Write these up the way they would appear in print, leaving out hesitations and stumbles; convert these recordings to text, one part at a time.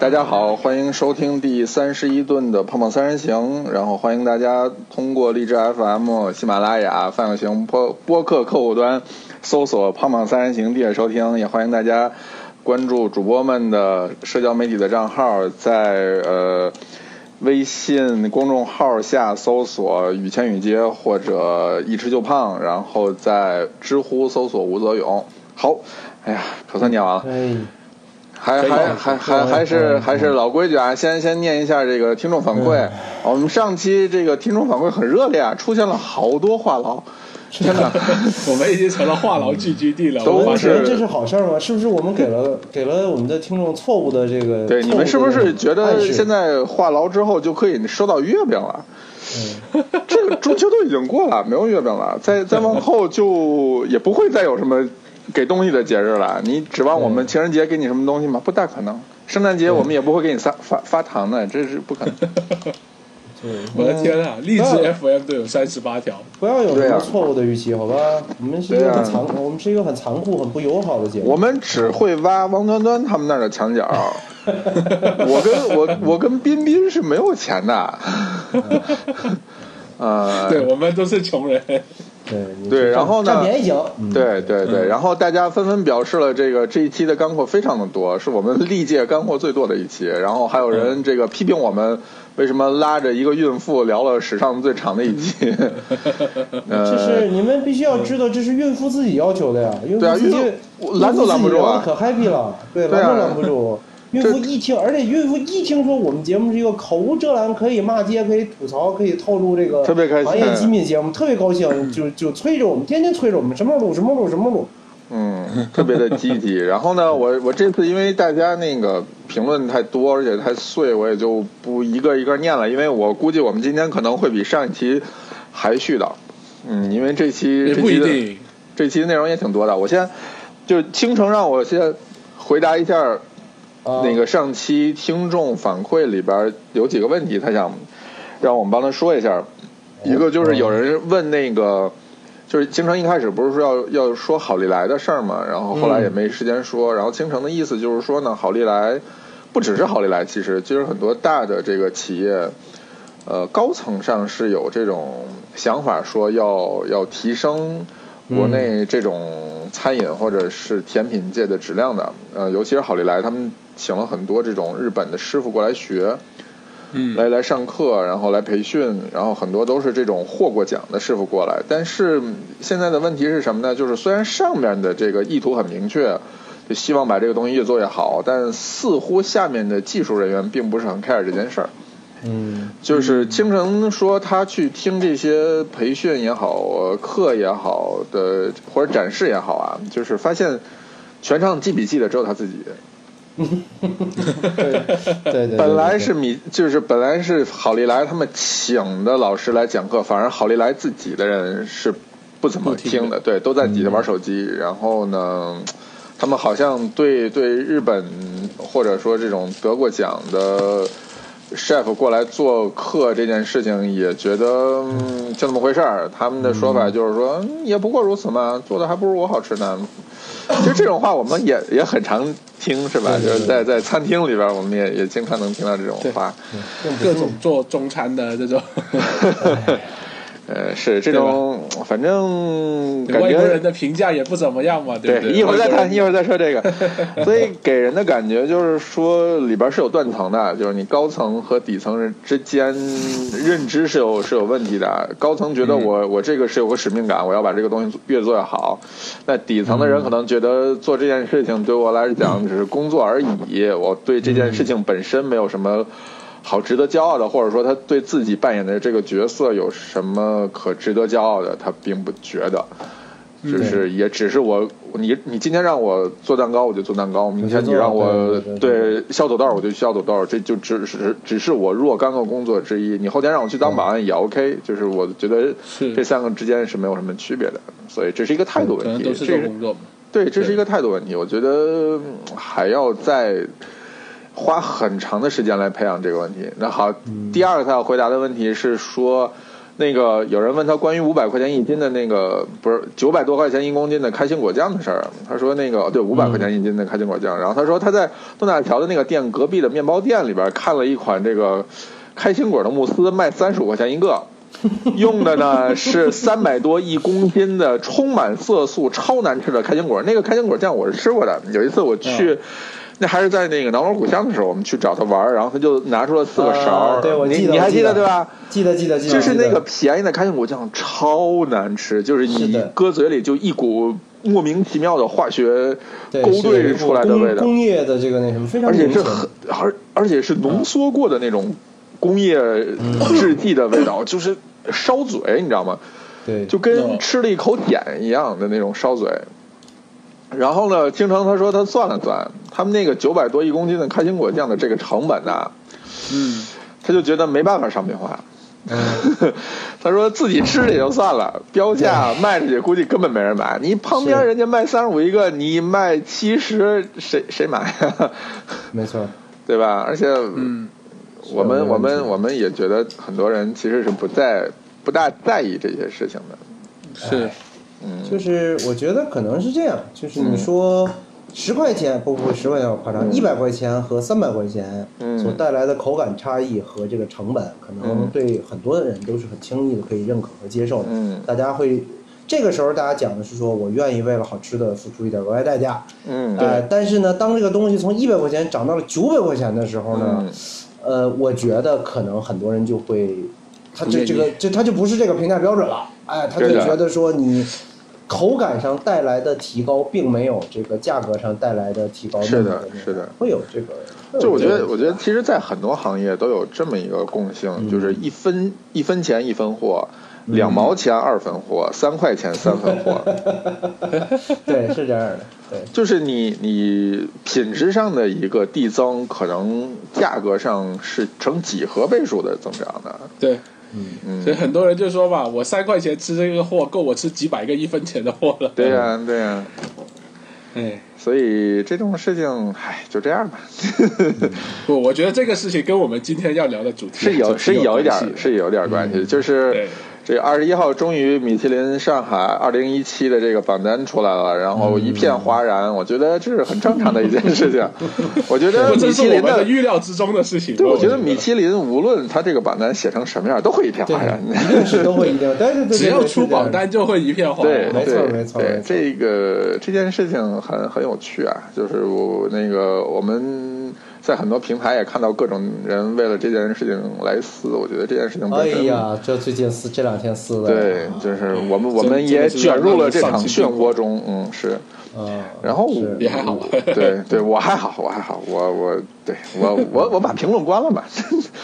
大家好，欢迎收听第31顿的胖胖三人行，然后欢迎大家通过荔枝 FM、喜马拉雅、泛用型播客客户端搜索胖胖三人行订阅收听，也欢迎大家关注主播们的社交媒体的账号，在微信公众号下搜索雨前雨街或者一吃就胖，然后在知乎搜索吴泽勇。好，哎呀，口算念完了。还是老规矩啊，先念一下这个听众反馈。我们上期这个听众反馈很热烈啊，出现了好多话痨，真的， 我们已经成了话痨聚居地了。 都是这是好事吗？是不是我们给了我们的听众错误的这个？ 对，你们是不是觉得现在话痨之后就可以收到月饼了？这个中秋都已经过了，没有月饼了，再往后就也不会再有什么给东西的节日了。你指望我们情人节给你什么东西吗？不大可能。圣诞节我们也不会给你发糖的，这是不可能。 我的天啊！励志 FM 都有38条， 不要有什么错误的预期，好吧？我们是一个很残酷、很不友好的节目。 我们只会挖王端端他们那儿的墙角。我跟彬彬是没有钱的。 对，我们都是穷人。 对，然后呢？ 占便宜行。 对，然后大家纷纷表示了这一期的干货非常的多，是我们历届干货最多的一期。然后还有人这个批评我们为什么拉着一个孕妇聊了史上最长的一期。 这是你们必须要知道，这是孕妇自己要求的呀。 对啊，孕妇拦都拦不住啊， 可 happy 了。对，拦都拦不住。孕妇一听，而且孕妇一听说我们节目是一个口无遮拦，可以骂街，可以吐槽，可以透露这个行业机密节目，特别高兴，就催着我们，天天催着我们，什么录。 特别的积极。然后呢，我这次因为大家那个评论太多，而且太碎，我也就不一个一个念了，因为我估计我们今天可能会比上一期还絮叨。因为这期内容也挺多的。我先就倾城让我先回答一下。那个上期听众反馈里边有几个问题，他想让我们帮他说一下。一个就是有人问那个，就是倾城一开始不是说要说好利来的事儿嘛，然后后来也没时间说。然后倾城的意思就是说呢，好利来不只是好利来，其实很多大的这个企业，高层上是有这种想法，说要提升国内这种餐饮或者是甜品界的质量的。尤其是好利来他们请了很多这种日本的师傅过来学，来上课，然后来培训，然后很多都是这种获过奖的师傅过来。但是现在的问题是什么呢？就是虽然上面的这个意图很明确，就希望把这个东西越做越好，但似乎下面的技术人员并不是很 care 这件事儿。就是倾城说他去听这些培训也好，课也好的或者展示也好啊，就是发现全场记笔记的只有他自己。 对， 本来是好利来他们请的老师来讲课，反而好利来自己的人是不怎么听的，对，都在底下玩手机。然后呢，他们好像对日本或者说这种得过奖的chef 过来做客这件事情也觉得就那么回事儿。他们的说法就是说，也不过如此嘛，做的还不如我好吃呢。其实这种话我们也很常听，是吧？就是在餐厅里边，我们也经常能听到这种话， 各种做中餐的这种。 是这种，反正感觉外国人的评价也不怎么样嘛，对不对？ 一会儿再谈，一会儿再说这个。所以给人的感觉就是说，里边是有断层的，就是你高层和底层之间认知是有问题的。高层觉得我这个是有个使命感，我要把这个东西越做越好。那底层的人可能觉得做这件事情对我来讲只是工作而已，我对这件事情本身没有什么好值得骄傲的，或者说他对自己扮演的这个角色有什么可值得骄傲的，他并不觉得。也只是你今天让我做蛋糕我就做蛋糕，明天你让我对削土豆我就削土豆，这就只是我若干个工作之一。你后天让我去当保安也 OK， 就是我觉得这三个之间是没有什么区别的，所以这是一个态度问题。 都是做工作。 对，这是一个态度问题。我觉得还要再花很长的时间来培养这个问题。那好，第二个他要回答的问题是说， 那个有人问他关于500块钱一斤的那个不是900多块钱1公斤的开心果酱的事儿，他说那个对500块钱一斤的开心果酱，然后他说他在东大桥的那个店隔壁的面包店里边看了一款这个开心果的慕斯，卖35块钱一个，用的呢是300多1公斤的充满色素超难吃的开心果。那个开心果酱我是吃过的，有一次我去。那还是在那个南锣鼓巷的时候，我们去找他玩，然后他就拿出了4个勺， 对，我记得， 你还记得对吧？ 记得。 就是那个便宜的开心果酱超难吃，就是你搁嘴里就一股莫名其妙的化学勾兑出来的味道， 工业的这个那什么非常明显， 而且是浓缩过的那种工业制剂的味道，就是烧嘴，你知道吗？ 对， 就跟吃了一口碱一样的那种烧嘴。然后呢，京城他说他算了算，他们那个900多1公斤的开心果酱的这个成本呢，他就觉得没办法商品化。他说自己吃也就算了，标价卖出去估计根本没人买。你旁边人家卖35一个，你卖70，谁买啊？ 没错， 对吧？而且，我们也觉得很多人其实是不大在意这些事情的。 是。 就是我觉得可能是这样，就是你说10块钱，不10块钱我夸张，100块钱和300块钱所带来的口感差异和这个成本，可能对很多的人都是很轻易的可以认可和接受的。大家会这个时候大家讲的是说我愿意为了好吃的付出一点额外代价。但是呢，当这个东西从100块钱涨到了900块钱的时候呢，我觉得可能很多人就会，他他就不是这个评价标准了。他就觉得说你口感上带来的提高，并没有这个价格上带来的提高。 是的， 会有这个。 就我觉得，其实，在很多行业都有这么一个共性，就是一分钱1分货，2毛钱2分货，3块钱3分货。 对，是这样的。对， 就是你品质上的一个递增，可能价格上是成几何倍数的增长的。 对。所以很多人就说嘛，我3块钱吃这个货，够我吃几百个1分钱的货了。 对呀。所以这种事情，就这样吧。 不，我觉得这个事情跟我们今天要聊的主题是有点关系，就是这21号终于米其林上海2017的这个榜单出来了，然后一片哗然，我觉得这是很正常的一件事情。我觉得米其林的预料之中的事情。 对，我觉得米其林无论他这个榜单写成什么样，都会一片哗然。 一定是都会一定，对， 只要出榜单就会一片哗然。 没错。 这件事情很有趣啊，就是我们在很多平台也看到各种人为了这件事情来撕，我觉得这件事情本身， 哎呀，这最近这2天撕的， 对，就是我们也卷入了这场漩涡中，是，然后也还好， 对，我还好，我把评论关了嘛，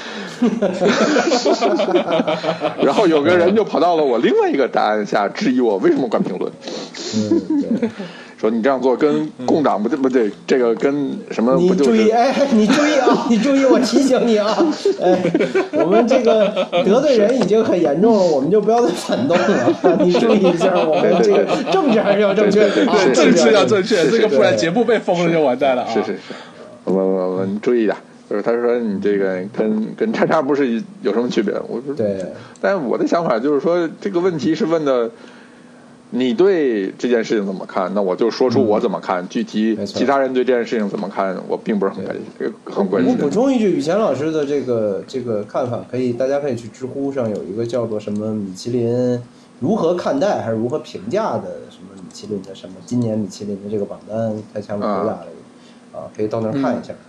然后有个人就跑到了我另外一个答案下质疑我为什么关评论， 对。 说你这样做跟共党不对，这个跟什么不就是？ 你注意，我提醒你啊！我们这个得罪人已经很严重了，我们就不要再反动了。你注意一下，我们这个政治还是要正确， 对，政治要正确，这个不然节目被封了就完蛋了啊！ 是，我注意一下。就是他说你这个跟叉叉不是有什么区别？我说对， 但我的想法就是说这个问题是问的。你对这件事情怎么看？那我就说出我怎么看。具体其他人对这件事情怎么看，我并不是很关心。 我补充一句，宇贤老师的这个看法，大家可以去知乎上有一个叫做什么米其林如何看待还是如何评价的什么米其林的什么今年米其林的这个榜单，太强了回答了可以到那儿看一下。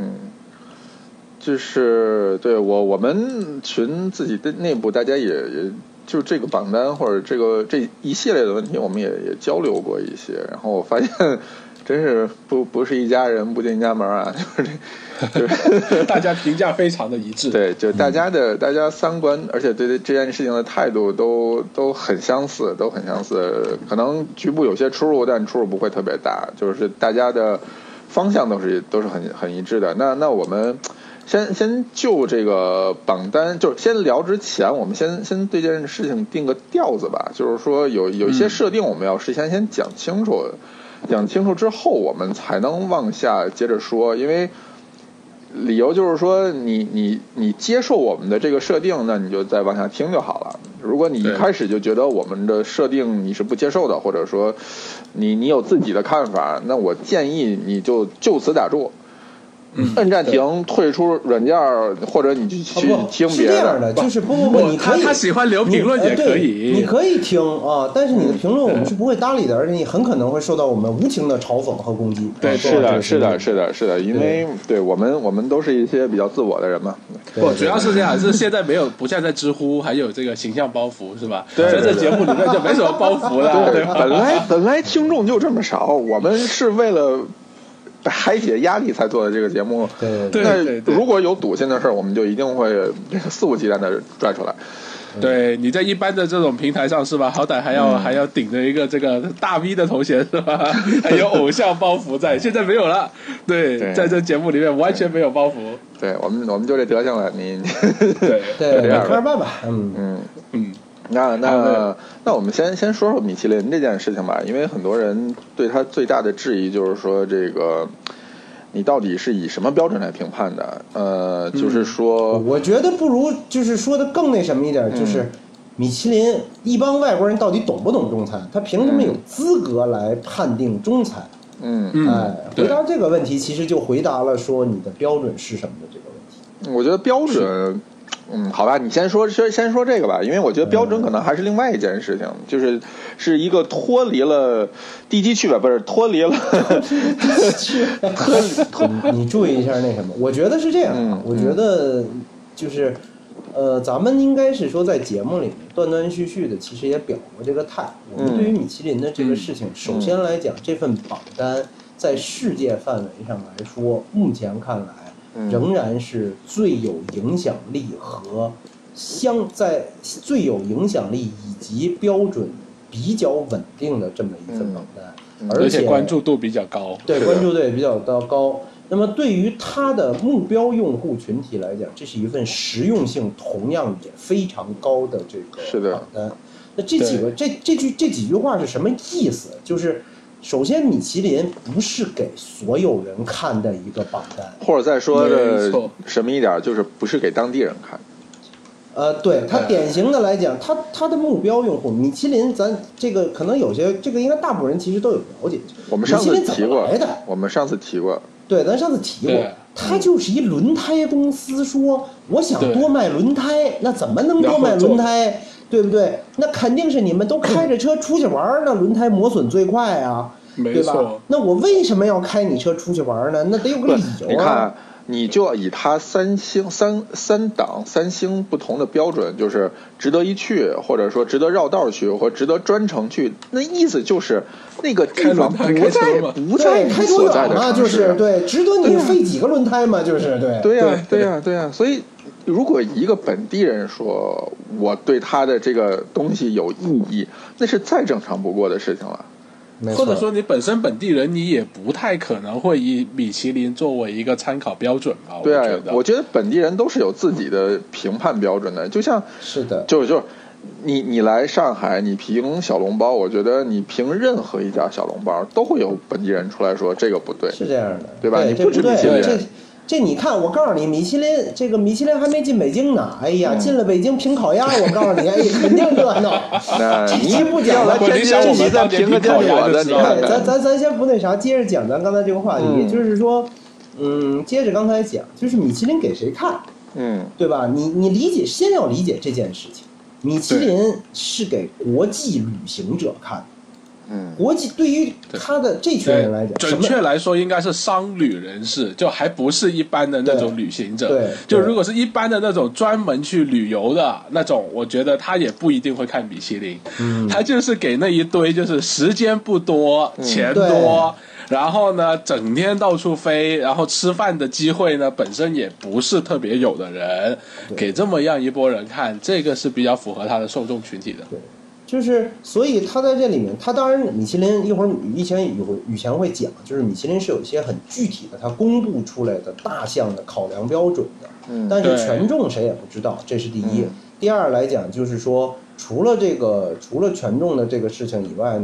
就是对我们群自己的内部，大家也就这个榜单或者这一系列的问题，我们也交流过一些，然后我发现真是不是一家人不进一家门啊，就是大家评价非常的一致。 对，就大家三观，而且对这件事情的态度都很相似，可能局部有些出入，但出入不会特别大，就是大家的方向都是很一致的。那我们先就这个榜单，就是先聊之前，我们先对这件事情定个调子吧。就是说有一些设定，我们要事先讲清楚之后，我们才能往下接着说。因为理由就是说你接受我们的这个设定，那你就再往下听就好了。如果你一开始就觉得我们的设定你是不接受的，或者说你有自己的看法，那我建议你就此打住。摁暂停，退出软件，或者你去听别的。 是这样的，就是不，你可以他喜欢留评论也可以， 你可以听啊，但是你的评论我们是不会搭理的，而且你很可能会受到我们无情的嘲讽和攻击。 对，是的，因为对我们都是一些比较自我的人嘛。 不，主要是这样，是现在不像在知乎还有这个形象包袱是吧？在这节目里面就没什么包袱了。 对，本来听众就这么少，我们是为了排解压力才做的这个节目。 对， 那如果有赌性的事儿，我们就一定会肆无忌惮的拽出来。 对，你在一般的这种平台上是吧？好歹还要顶着一个这个大 V 的头衔是吧？还有偶像包袱在，现在没有了。对，在这节目里面完全没有包袱。 对，我们就这德行了，你对，看着办吧。 那我们先说说米其林这件事情吧，因为很多人对他最大的质疑就是说，这个你到底是以什么标准来评判的？就是说， 我觉得不如就是说的更那什么一点，就是米其林一帮外国人到底懂不懂中餐？他凭什么有资格来判定中餐？回答这个问题，其实就回答了说你的标准是什么的这个问题。 我觉得标准。好吧，你先说这个吧，因为我觉得标准可能还是另外一件事情，是一个脱离了地基去吧，不是脱离了你注意一下那什么，我觉得是这样，我觉得就是咱们应该是说在节目里面断断续续的，其实也表过这个态。我们对于米其林的这个事情，首先来讲，这份榜单在世界范围上来说，目前看来。仍然是最有影响力和在最有影响力以及标准比较稳定的这么一份榜单， 而且关注度比较高。 对，关注度也比较高。那么对于它的目标用户群体来讲，这是一份实用性同样也非常高的这个榜单。那这几句话是什么意思？就是首先，米其林不是给所有人看的一个榜单， 或者再说的什么一点，就是不是给当地人看。 对，它典型的来讲，它的目标用户，米其林，咱这个可能有些，这个应该大部分人其实都有了解。 我们上次提过，对， 咱上次提过，它就是一轮胎公司，说我想多卖轮胎，那怎么能多卖轮胎？对不对？那肯定是你们都开着车出去玩，那轮胎磨损最快啊，对吧？那我为什么要开你车出去玩呢？那得有个理由啊。 你看，你就以它三星不同的标准，就是值得一去，或者说值得绕道去，或值得专程去，那意思就是那个地方不在开多远嘛，就是对，值得你费几个轮胎嘛，就是对呀，所以。如果一个本地人说我对他的这个东西有意义，那是再正常不过的事情了。 或者说你本身本地人，你也不太可能会以米其林作为一个参考标准吧？ 对啊，我觉得本地人都是有自己的评判标准的，就像是的， 就是你来上海，你评小笼包，我觉得你评任何一家小笼包都会有本地人出来说这个不对， 是这样的， 对吧？你不止米其林。 这你看，我告诉你，米其林还没进北京呢。哎呀，进了北京评烤鸭，我告诉你，哎，肯定热闹。你不讲了， 这期再评个烤鸭的，你看， 咱先不那啥，接着讲咱刚才这个话题，就是说，接着刚才讲，就是米其林给谁看，对吧？你理解，先要理解这件事情，米其林是给国际旅行者看的。国际对于他的这群人来讲， 准确来说应该是商旅人士，就还不是一般的那种旅行者。 对， 就如果是一般的那种专门去旅游的那种，我觉得他也不一定会看米其林。他就是给那一堆就是时间不多、钱多，然后呢整天到处飞，然后吃饭的机会呢本身也不是特别有的人，给这么样一波人看，这个是比较符合他的受众群体的。 对。就是，所以他在这里面，他当然米其林一会儿以前会讲，就是米其林是有一些很具体的，他公布出来的大项的考量标准的，但是权重谁也不知道，这是第一。第二来讲，就是说除了权重的这个事情以外呢，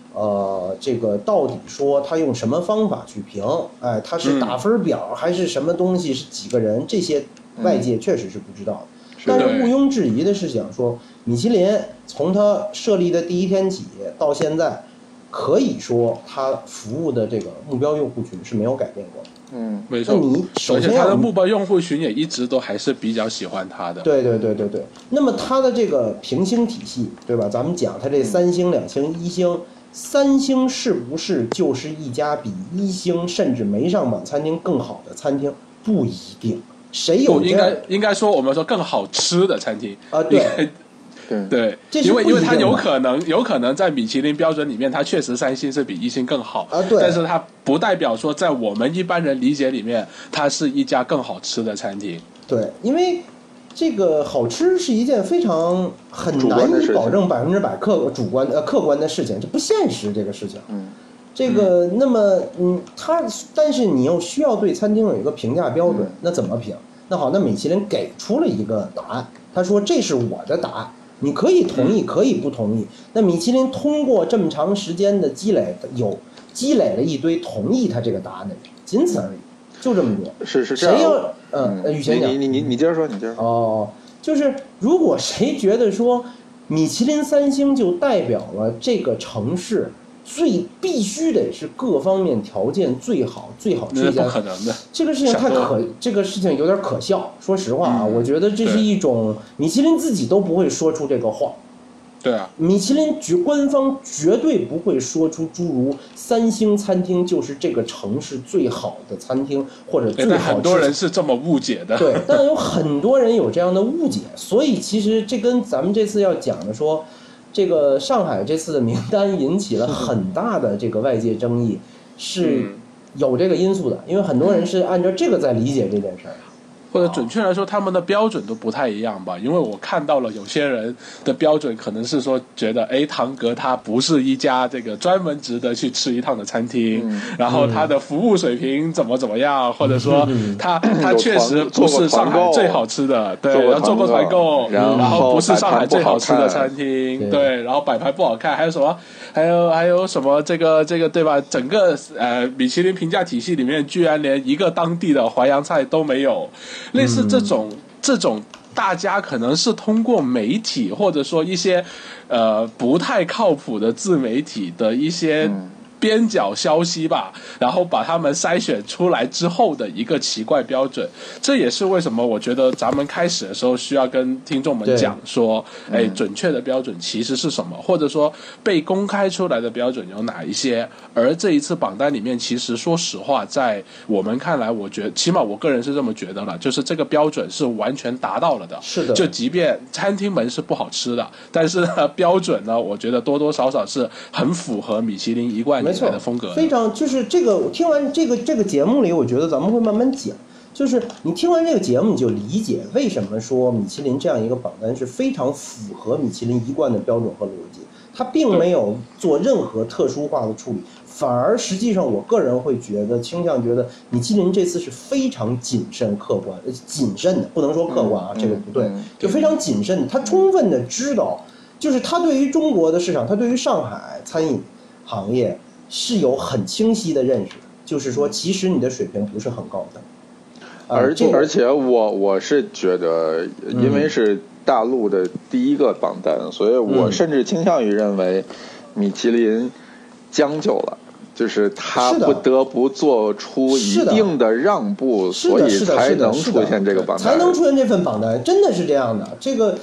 这个到底说他用什么方法去评？哎，他是打分表还是什么东西？是几个人？这些外界确实是不知道的。但是毋庸置疑的是，讲说米其林从它设立的第一天起到现在，可以说它服务的这个目标用户群是没有改变过的。 没错。 那你首先而且它的目标用户群也一直都还是比较喜欢它的。 对。那么它的这个评星体系，对吧？咱们讲它这3星、2星、1星，3星是不是就是一家比1星甚至没上榜餐厅更好的餐厅？不一定。谁有应该说我们说更好吃的餐厅啊？ 对，因为它有可能在米其林标准里面，它确实3星是比1星更好啊，对。 但是它不代表说在我们一般人理解里面，它是一家更好吃的餐厅。 对，因为这个好吃是一件很难以保证100%客观的事情，这不现实这个事情。这个那么但是你又需要对餐厅有一个评价标准，那怎么评？那好，那米其林给出了一个答案，他说这是我的答案，你可以同意，可以不同意。那米其林通过这么长时间的积累了一堆同意他这个答案的人，仅此而已，就这么多。 是这样。 谁要宇贤讲， 你接着说， 哦，就是如果谁觉得说米其林3星就代表了这个城市必须得是各方面条件最好吃一家， 不可能的。 这个事情这个事情有点可笑。说实话啊，我觉得这是一种米其林自己都不会说出这个话。 对啊， 米其林官方绝对不会说出诸如3星餐厅就是这个城市最好的餐厅或者最好吃。 很多人是这么误解的。 对，但有很多人有这样的误解，所以其实这跟咱们这次要讲的说。这个上海这次的名单引起了很大的这个外界争议，是有这个因素的，因为很多人是按照这个在理解这件事儿。 或者准确来说，他们的标准都不太一样吧？因为我看到了有些人的标准可能是说，觉得唐阁它不是一家这个专门值得去吃一趟的餐厅，然后它的服务水平怎么样，或者说它确实不是上海最好吃的，对，然后做过团购，然后不是上海最好吃的餐厅，对，然后摆盘不好看，还有什么？还有什么？这个对吧？整个米其林评价体系里面，居然连一个当地的淮扬菜都没有。类似这种大家可能是通过媒体或者说一些不太靠谱的自媒体的一些边角消息吧，然后把他们筛选出来之后的一个奇怪标准。这也是为什么我觉得咱们开始的时候需要跟听众们讲说，准确的标准其实是什么，或者说被公开出来的标准有哪一些。而这一次榜单里面，其实说实话，在我们看来，我觉得起码我个人是这么觉得了，就是这个标准是完全达到了的。 是的， 就即便餐厅门是不好吃的，但是呢，标准呢，我觉得多多少少是很符合米其林一贯以来的风格的。 非常就是这个，我听完这个节目里，我觉得咱们会慢慢讲。就是你听完这个节目，你就理解为什么说米其林这样一个榜单是非常符合米其林一贯的标准和逻辑。它并没有做任何特殊化的处理，反而实际上我个人会倾向觉得米其林这次是非常谨慎客观谨慎的，不能说客观啊，这个不对，就非常谨慎的。他充分的知道，就是他对于中国的市场，他对于上海餐饮行业是有很清晰的认识，就是说其实你的水平不是很高的。 而且我是觉得，因为是大陆的第一个榜单，所以我甚至倾向于认为米其林将就了，就是他不得不做出一定的让步，所以才能出现这个榜单， 才能出现这份榜单，真的是这样的。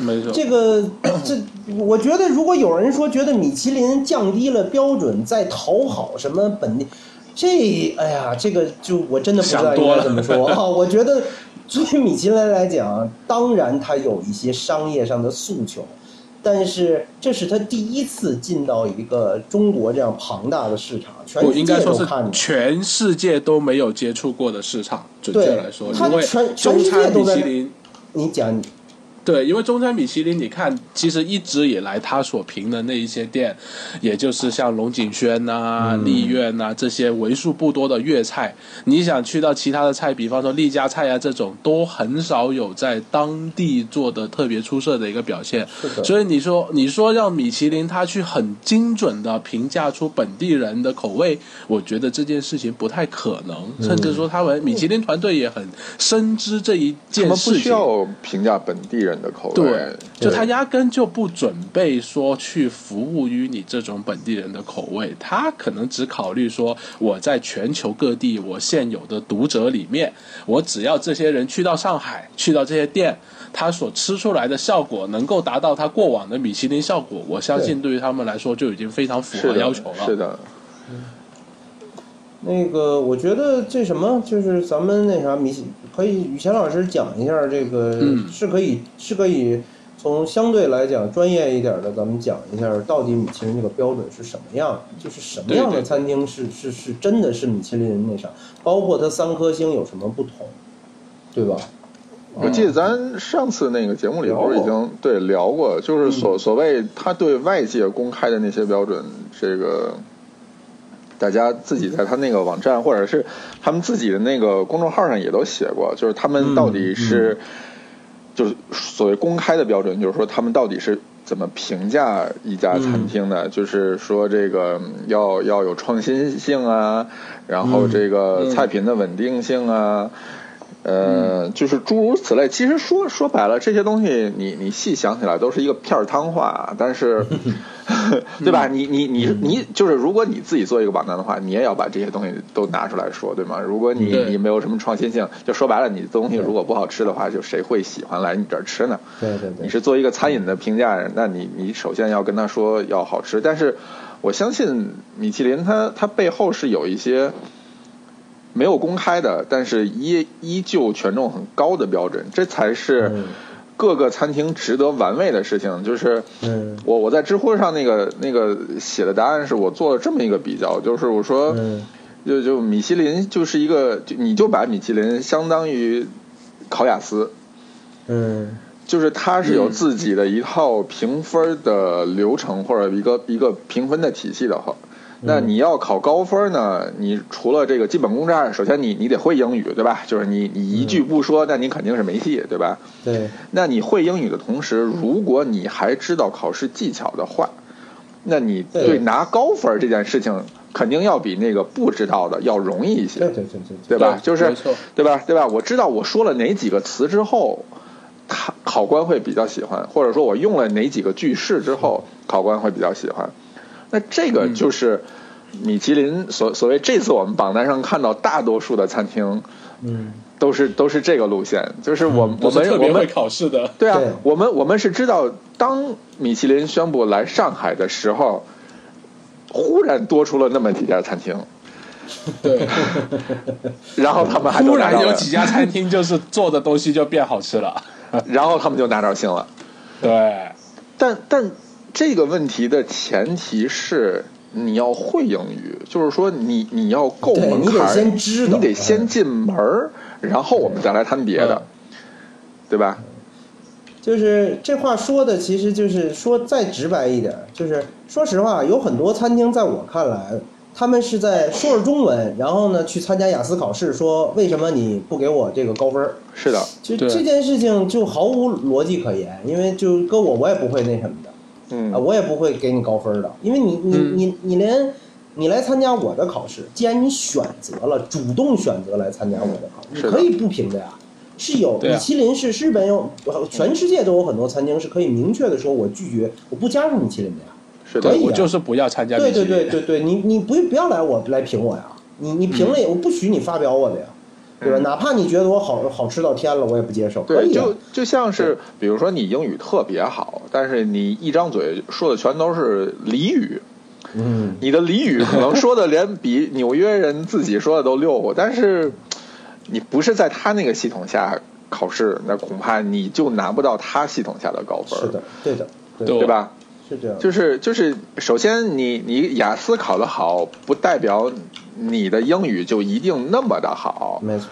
我觉得如果有人说觉得米其林降低了标准，在讨好什么本地。这个就我真的不知道应该怎么说啊！我觉得对于米其林来讲，当然它有一些商业上的诉求，但是这是他第一次进到一个中国这样庞大的市场，全世界都看着， 全世界都没有接触过的市场。准确来说，因为全世界都在。你讲， 对，因为中餐米其林，你看，其实一直以来他所评的那一些店，也就是像龙井轩呐、丽苑呐这些为数不多的粤菜，你想去到其他的菜，比方说丽家菜啊这种，都很少有在当地做的特别出色的一个表现。所以你说让米其林他去很精准的评价出本地人的口味，我觉得这件事情不太可能，甚至说他们米其林团队也很深知这一件事情，他们不需要评价本地人的口味， 对，就他压根就不准备说去服务于你这种本地人的口味，他可能只考虑说我在全球各地我现有的读者里面，我只要这些人去到上海，去到这些店，他所吃出来的效果能够达到他过往的米其林效果，我相信对于他们来说就已经非常符合要求了。 是的。 那个，我觉得这什么，就是咱们那啥，可以雨贤老师讲一下这个，是可以从相对来讲专业一点的，咱们讲一下到底米其林这个标准是什么样，就是什么样的餐厅是真的是米其林那啥，包括它3颗星有什么不同，对吧？ 我记得咱上次那个节目里不是已经聊过，就是所谓他对外界公开的那些标准，这个。大家自己在他那个网站或者是他们自己的那个公众号上也都写过，就是他们到底是就是所谓公开的标准，就是说他们到底是怎么评价一家餐厅的，就是说这个要有创新性啊，然后这个菜品的稳定性啊，就是诸如此类。其实说白了，这些东西你细想起来都是一个片儿汤话，但是对吧？你就是如果你自己做一个网站的话，你也要把这些东西都拿出来说，对吗？如果你没有什么创新性，就说白了，你的东西如果不好吃的话，就谁会喜欢来你这儿吃呢？ 对。 你是做一个餐饮的评价，那你首先要跟他说要好吃。但是我相信米其林它背后是有一些没有公开的，但是依旧权重很高的标准，这才是各个餐厅值得玩味的事情。就是我在知乎上那个写的答案是我做了这么一个比较，就是我说就米其林就是一个，你就把米其林相当于考雅思，就是它是有自己的一套评分的流程或者一个评分的体系的话，那你要考高分呢，你除了这个基本功之外，首先你得会英语，对吧？就是你一句不说，那你肯定是没戏，对吧？ 对。 那你会英语的同时，如果你还知道考试技巧的话，那你对拿高分这件事情肯定要比那个不知道的要容易一些，对吧？就是对吧？我知道我说了哪几个词之后，考官会比较喜欢，或者说我用了哪几个句式之后，考官会比较喜欢。那这个就是米其林所谓这次我们榜单上看到大多数的餐厅，都是这个路线，就是我们特别会考试的， 对啊，我们是知道，当米其林宣布来上海的时候，忽然多出了那么几家餐厅， 对， 然后他们还突然有几家餐厅就是做的东西就变好吃了， 然后他们就拿着星了， 对， 但这个问题的前提是你要会英语，就是说你要够门槛，你得先进门，然后我们再来谈别的，对吧？ 就是这话说的，其实就是说再直白一点，就是说实话，有很多餐厅在我看来，他们是在说着中文，然后呢去参加雅思考试，说为什么你不给我这个高分？ 是的， 就这件事情就毫无逻辑可言，因为就搁我也不会那什么的。我也不会给你高分的，因为你连你来参加我的考试，既然你选择了主动选择来参加我的考试，你可以不评的呀。是有米其林是日本有，全世界都有很多餐厅是可以明确的说我拒绝，我不加入米其林的呀。 是的， 我就是不要参加米其林。 对，你不要来评我呀，你评了我不许你发表我的呀。对吧？哪怕你觉得我好吃到天了，我也不接受。 对，就像是比如说你英语特别好，但是你一张嘴说的全都是俚语，你的俚语可能说的连比纽约人自己说的都溜乎，但是你不是在他那个系统下考试，那恐怕你就拿不到他系统下的高分。 是的，对的， 对吧？ 是这样。 就是首先你雅思考得好，不代表你的英语就一定那么的好， 没错。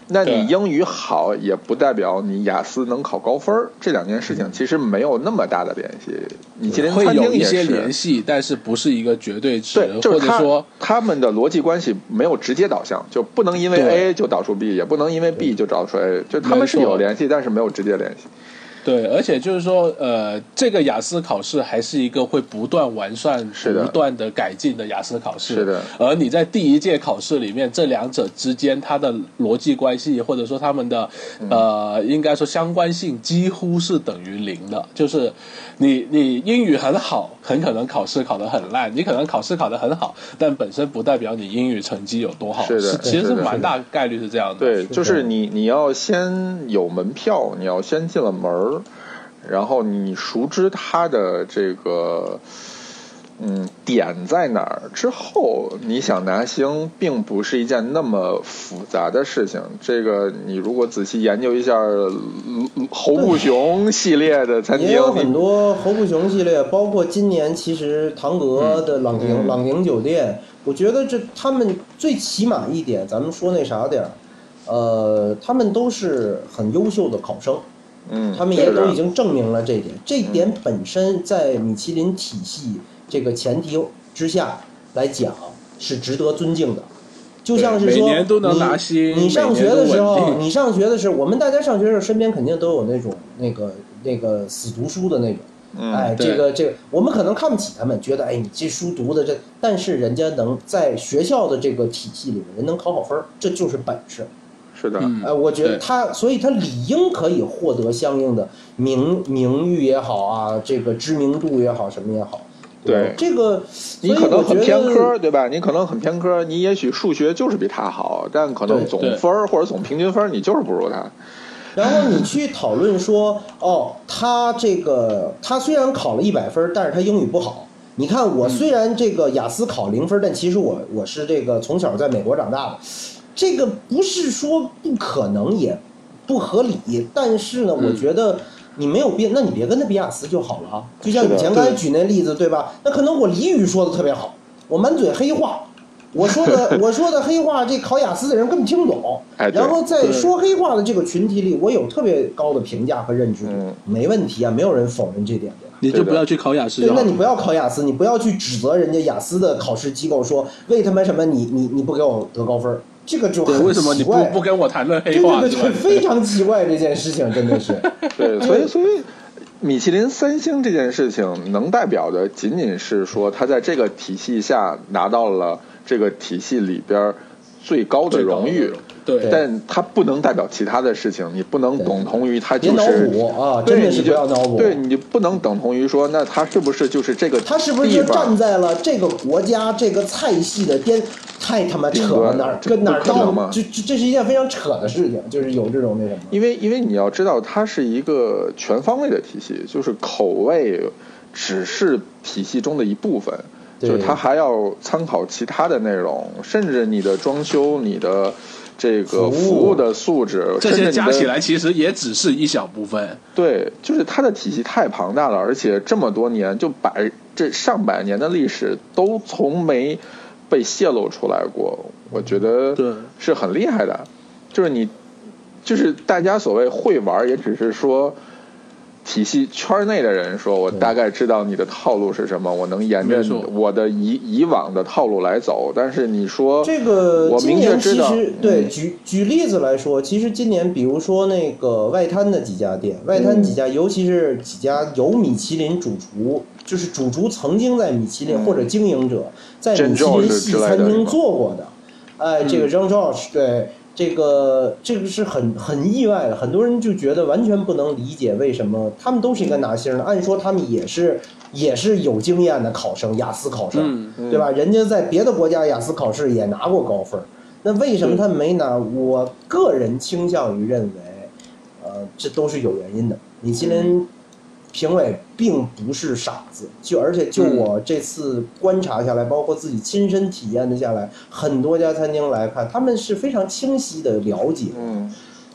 那你英语好也不代表你雅思能考高分，这两件事情其实没有那么大的联系。米其林餐厅也是会有一些联系，但是不是一个绝对值， 对，就是或者说他们的逻辑关系没有直接导向，就不能因为 A 就导出 B， 也不能因为 B 就导出 A， 就他们是有联系，但是没有直接联系。 对，而且就是说，这个雅思考试还是一个会不断完善、不断的改进的雅思考试。 是的。 而你在第一届考试里面，这两者之间它的逻辑关系，或者说他们的应该说相关性几乎是等于零的。就是你英语很好，很可能考试考得很烂；你可能考试考得很好，但本身不代表你英语成绩有多好。 是的， 其实是蛮大概率是这样的。 对，就是你要先有门票，你要先进了门。然后你熟知它的这个点在哪儿之后，你想拿星并不是一件那么复杂的事情。这个你如果仔细研究一下侯布雄系列的餐厅， 也有很多侯布雄系列，包括今年其实唐格的朗廷酒店，我觉得这他们最起码一点，咱们说那啥点他们都是很优秀的考生。他们也都已经证明了这一点，这一点本身在米其林体系这个前提之下来讲是值得尊敬的。就像是说， 每年都能拿星。 你上学的时候，我们大家上学的时候，身边肯定都有那种那个死读书的那种。哎，这个，我们可能看不起他们，觉得哎，你这书读的这，但是人家能在学校的这个体系里面，人能考好分，这就是本事。 是的， 我觉得所以他理应可以获得相应的名誉也好啊，这个知名度也好，什么也好。 对， 这个你可能很偏科，对吧？你可能很偏科，你也许数学就是比他好，但可能总分或者总平均分你就是不如他。 然后你去讨论说，他虽然考了100分，但是他英语不好。你看我虽然这个雅思考0分，但其实我是这个从小在美国长大的。这个不是说不可能也不合理，但是呢，我觉得你没有变，那你别跟他比雅思就好了。就像以前刚才举那例子，对吧？那可能我俚语说的特别好，我满嘴黑话，我说的黑话，这考雅思的人根本听不懂。然后在说黑话的这个群体里，我有特别高的评价和认知度，没问题啊，没有人否认这点的。 你就不要去考雅思。 对，那你不要考雅思，你不要去指责人家雅思的考试机构说为他们什么你不给我得高分。这个就很奇怪， 为什么你不跟我谈论黑话？ 对，非常奇怪这件事情，真的是。 对，所以米其林3星这件事情能代表的仅仅是说他在这个体系下拿到了这个体系里边最高的荣誉。 对， 但它不能代表其他的事情，你不能等同于它就是。 别脑补啊，真的是不要脑补。 对，你不能等同于说，那它是不是就是这个？ 它是不是就站在了这个国家这个菜系的太他妈扯了，哪儿跟哪儿到？这是一件非常扯的事情，就是有这种那什么。 因为你要知道，它是一个全方位的体系，就是口味只是体系中的一部分，就是它还要参考其他的内容，甚至你的装修，你的。这个服务的素质， 这些加起来其实也只是一小部分。 对，就是它的体系太庞大了，而且这么多年，这上百年的历史都从没被泄露出来过，我觉得是很厉害的。就是大家所谓会玩，也只是说。体系圈内的人说，我大概知道你的套路是什么，我能沿着我的以往的套路来走。但是你说这个， 我明确知道， 对，举例子来说，其实今年比如说那个外滩的几家店，外滩几家，尤其是几家有米其林主厨，就是主厨曾经在米其林或者经营者在米其林系餐厅做过的，哎，这个 Jean Georges 对。这个是很意外的，很多人就觉得完全不能理解为什么他们都是应该拿星的。按说他们也是有经验的考生，雅思考生，对吧？人家在别的国家雅思考试也拿过高分，那为什么他们没拿？我个人倾向于认为，这都是有原因的。米其林评委并不是傻子，而且我这次观察下来，包括自己亲身体验的下来，很多家餐厅来看，他们是非常清晰的了解，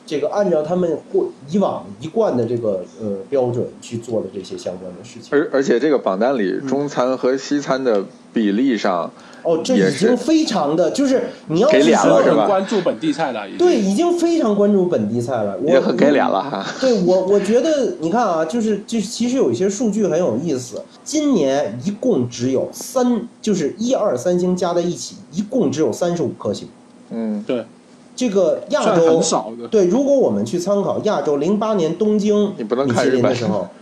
这个按照他们以往一贯的这个标准去做的这些相关的事情。 而且这个榜单里中餐和西餐的比例上。 这已经非常的，就是你要是说很关注本地菜了， 对，已经非常关注本地菜了， 也很给脸了哈。 对我觉得你看啊，就是其实有一些数据很有意思，今年一共只有就是1、2、3星加在一起，一共只有35颗星。 对， 这个亚洲很少的。 对，如果我们去参考亚洲08年东京米其林的时候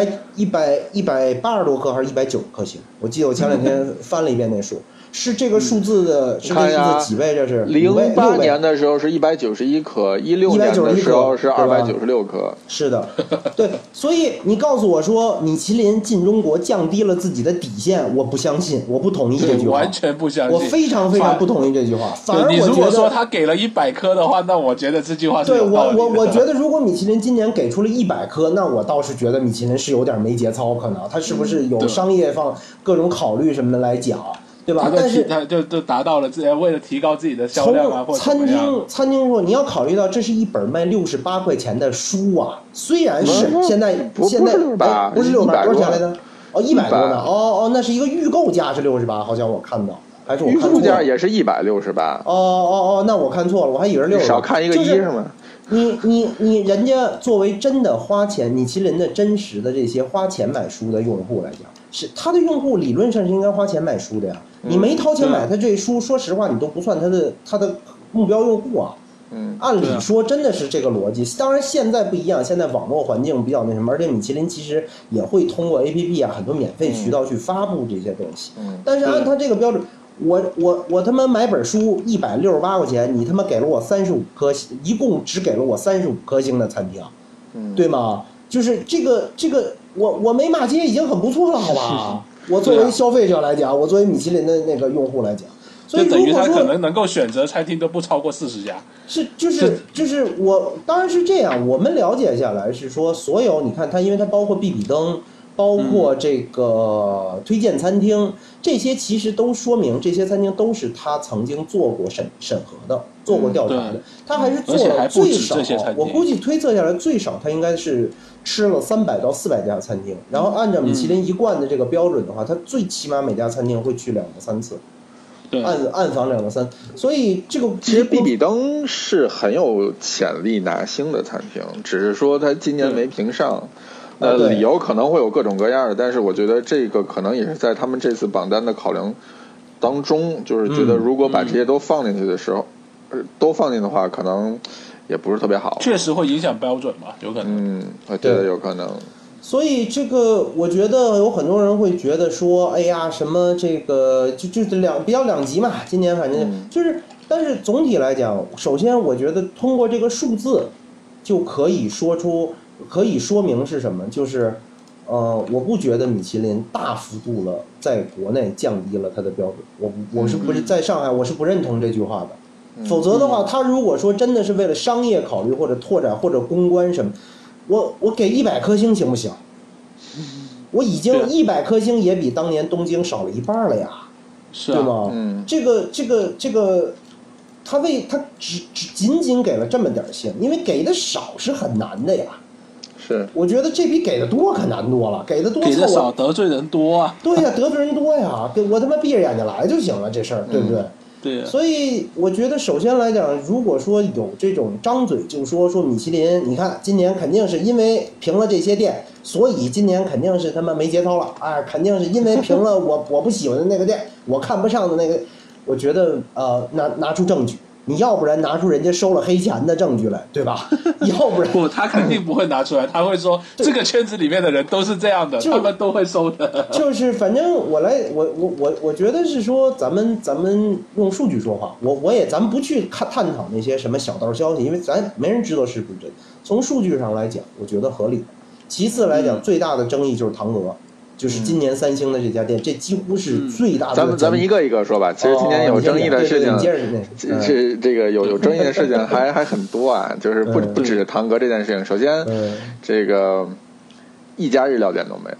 ，180多颗还是190颗星？我记得我前2天翻了一遍那数。是这个数字的，是这个数字几倍？这是 08年的时候是191颗，16年的时候是296颗。 是的，对，所以你告诉我说米其林进中国降低了自己的底线，我不相信，我不同意这句话， 完全不相信， 我非常非常不同意这句话。反而你如果说他给了100颗的话，那我觉得这句话是有道理的。 我觉得如果米其林今年给出了100颗，那我倒是觉得米其林是有点没节操，可能他是不是有商业方各种考虑什么的来讲。对吧？但是他就达到了为了提高自己的销量啊，或者餐厅说你要考虑到这是一本卖68块钱的书啊，虽然是现在不是600， 不是600，多少钱来着？100多呢？那是一个预购价是68，好像我看到，还是我看错了？ 预购价也是168。 那我看错了，我还以为是60。 少看一个1是吗？ 你人家作为真的花钱，米其林的真实的这些花钱买书的用户来讲，是他的用户理论上是应该花钱买书的呀。你没掏钱买他这书，说实话你都不算他的目标用户啊。按理说真的是这个逻辑。当然现在不一样，现在网络环境比较那什么，而且米其林其实也会通过 APP 啊很多免费渠道去发布这些东西。但是按他这个标准，我他妈买本书168块钱，你他妈给了我35颗，一共只给了我35颗星的餐厅，对吗？就是这个我没骂街已经很不错了，好吧？我作为消费者来讲，我作为米其林的那个用户来讲，所以等于他可能够选择餐厅都不超过40家。 就是我当然是这样，我们了解下来是说，所有你看它，因为它包括必比登，包括这个推荐餐厅，这些其实都说明这些餐厅都是他曾经做过审核的，做过调查的，他还是做了最少，我估计推测下来最少他应该是吃了300到400家餐厅，然后按照米其林一贯的这个标准的话，他最起码每家餐厅会去2到3次。暗访2到3，所以这个其实必比登是很有潜力拿星的餐厅，只是说他今年没评上。理由可能会有各种各样的，但是我觉得这个可能也是在他们这次榜单的考量当中，就是觉得如果把这些都放进去的时候，都放进的话，可能也不是特别好。 确实会影响标准嘛，有可能。 我觉得有可能。 所以这个我觉得有很多人会觉得说，哎呀，什么这个就是比较两极嘛，今年反正就是，但是总体来讲，首先我觉得通过这个数字就可以说明是什么，就是我不觉得米其林大幅度了在国内降低了它的标准，我是不是在上海我是不认同这句话的，否则的话，他如果说真的是为了商业考虑或者拓展或者公关什么，我给100颗星行不行？我已经100颗星也比当年东京少了一半了呀， 是对吗？这个。他只仅仅给了这么点星，因为给的少是很难的呀。 是， 我觉得这比给的多可难多了，给的多给的少得罪人多啊。 对呀，得罪人多呀，我他妈闭着眼睛来就行了，这事儿对不对？ 对。 所以我觉得首先来讲，如果说有这种张嘴就说米其林，你看今年肯定是因为评了这些店，所以今年肯定是他妈没节操了，肯定是因为评了我不喜欢的那个店，我看不上的那个。我觉得拿出证据，你要不然拿出人家收了黑钱的证据来，对吧？要不然不，他肯定不会拿出来，他会说这个圈子里面的人都是这样的，他们都会收的。 就是反正我觉得是说咱们用数据说话，咱们不去探讨那些什么小道消息，因为咱没人知道是不是真。从数据上来讲，我觉得合理。其次来讲，最大的争议就是唐阁。就是今年3星的这家店，这几乎是最大的。 咱们一个一个说吧。其实今年有争议的事情，是这个有争议的事情还很多啊，就是不止唐阁这件事情。首先，这个一家日料店都没有。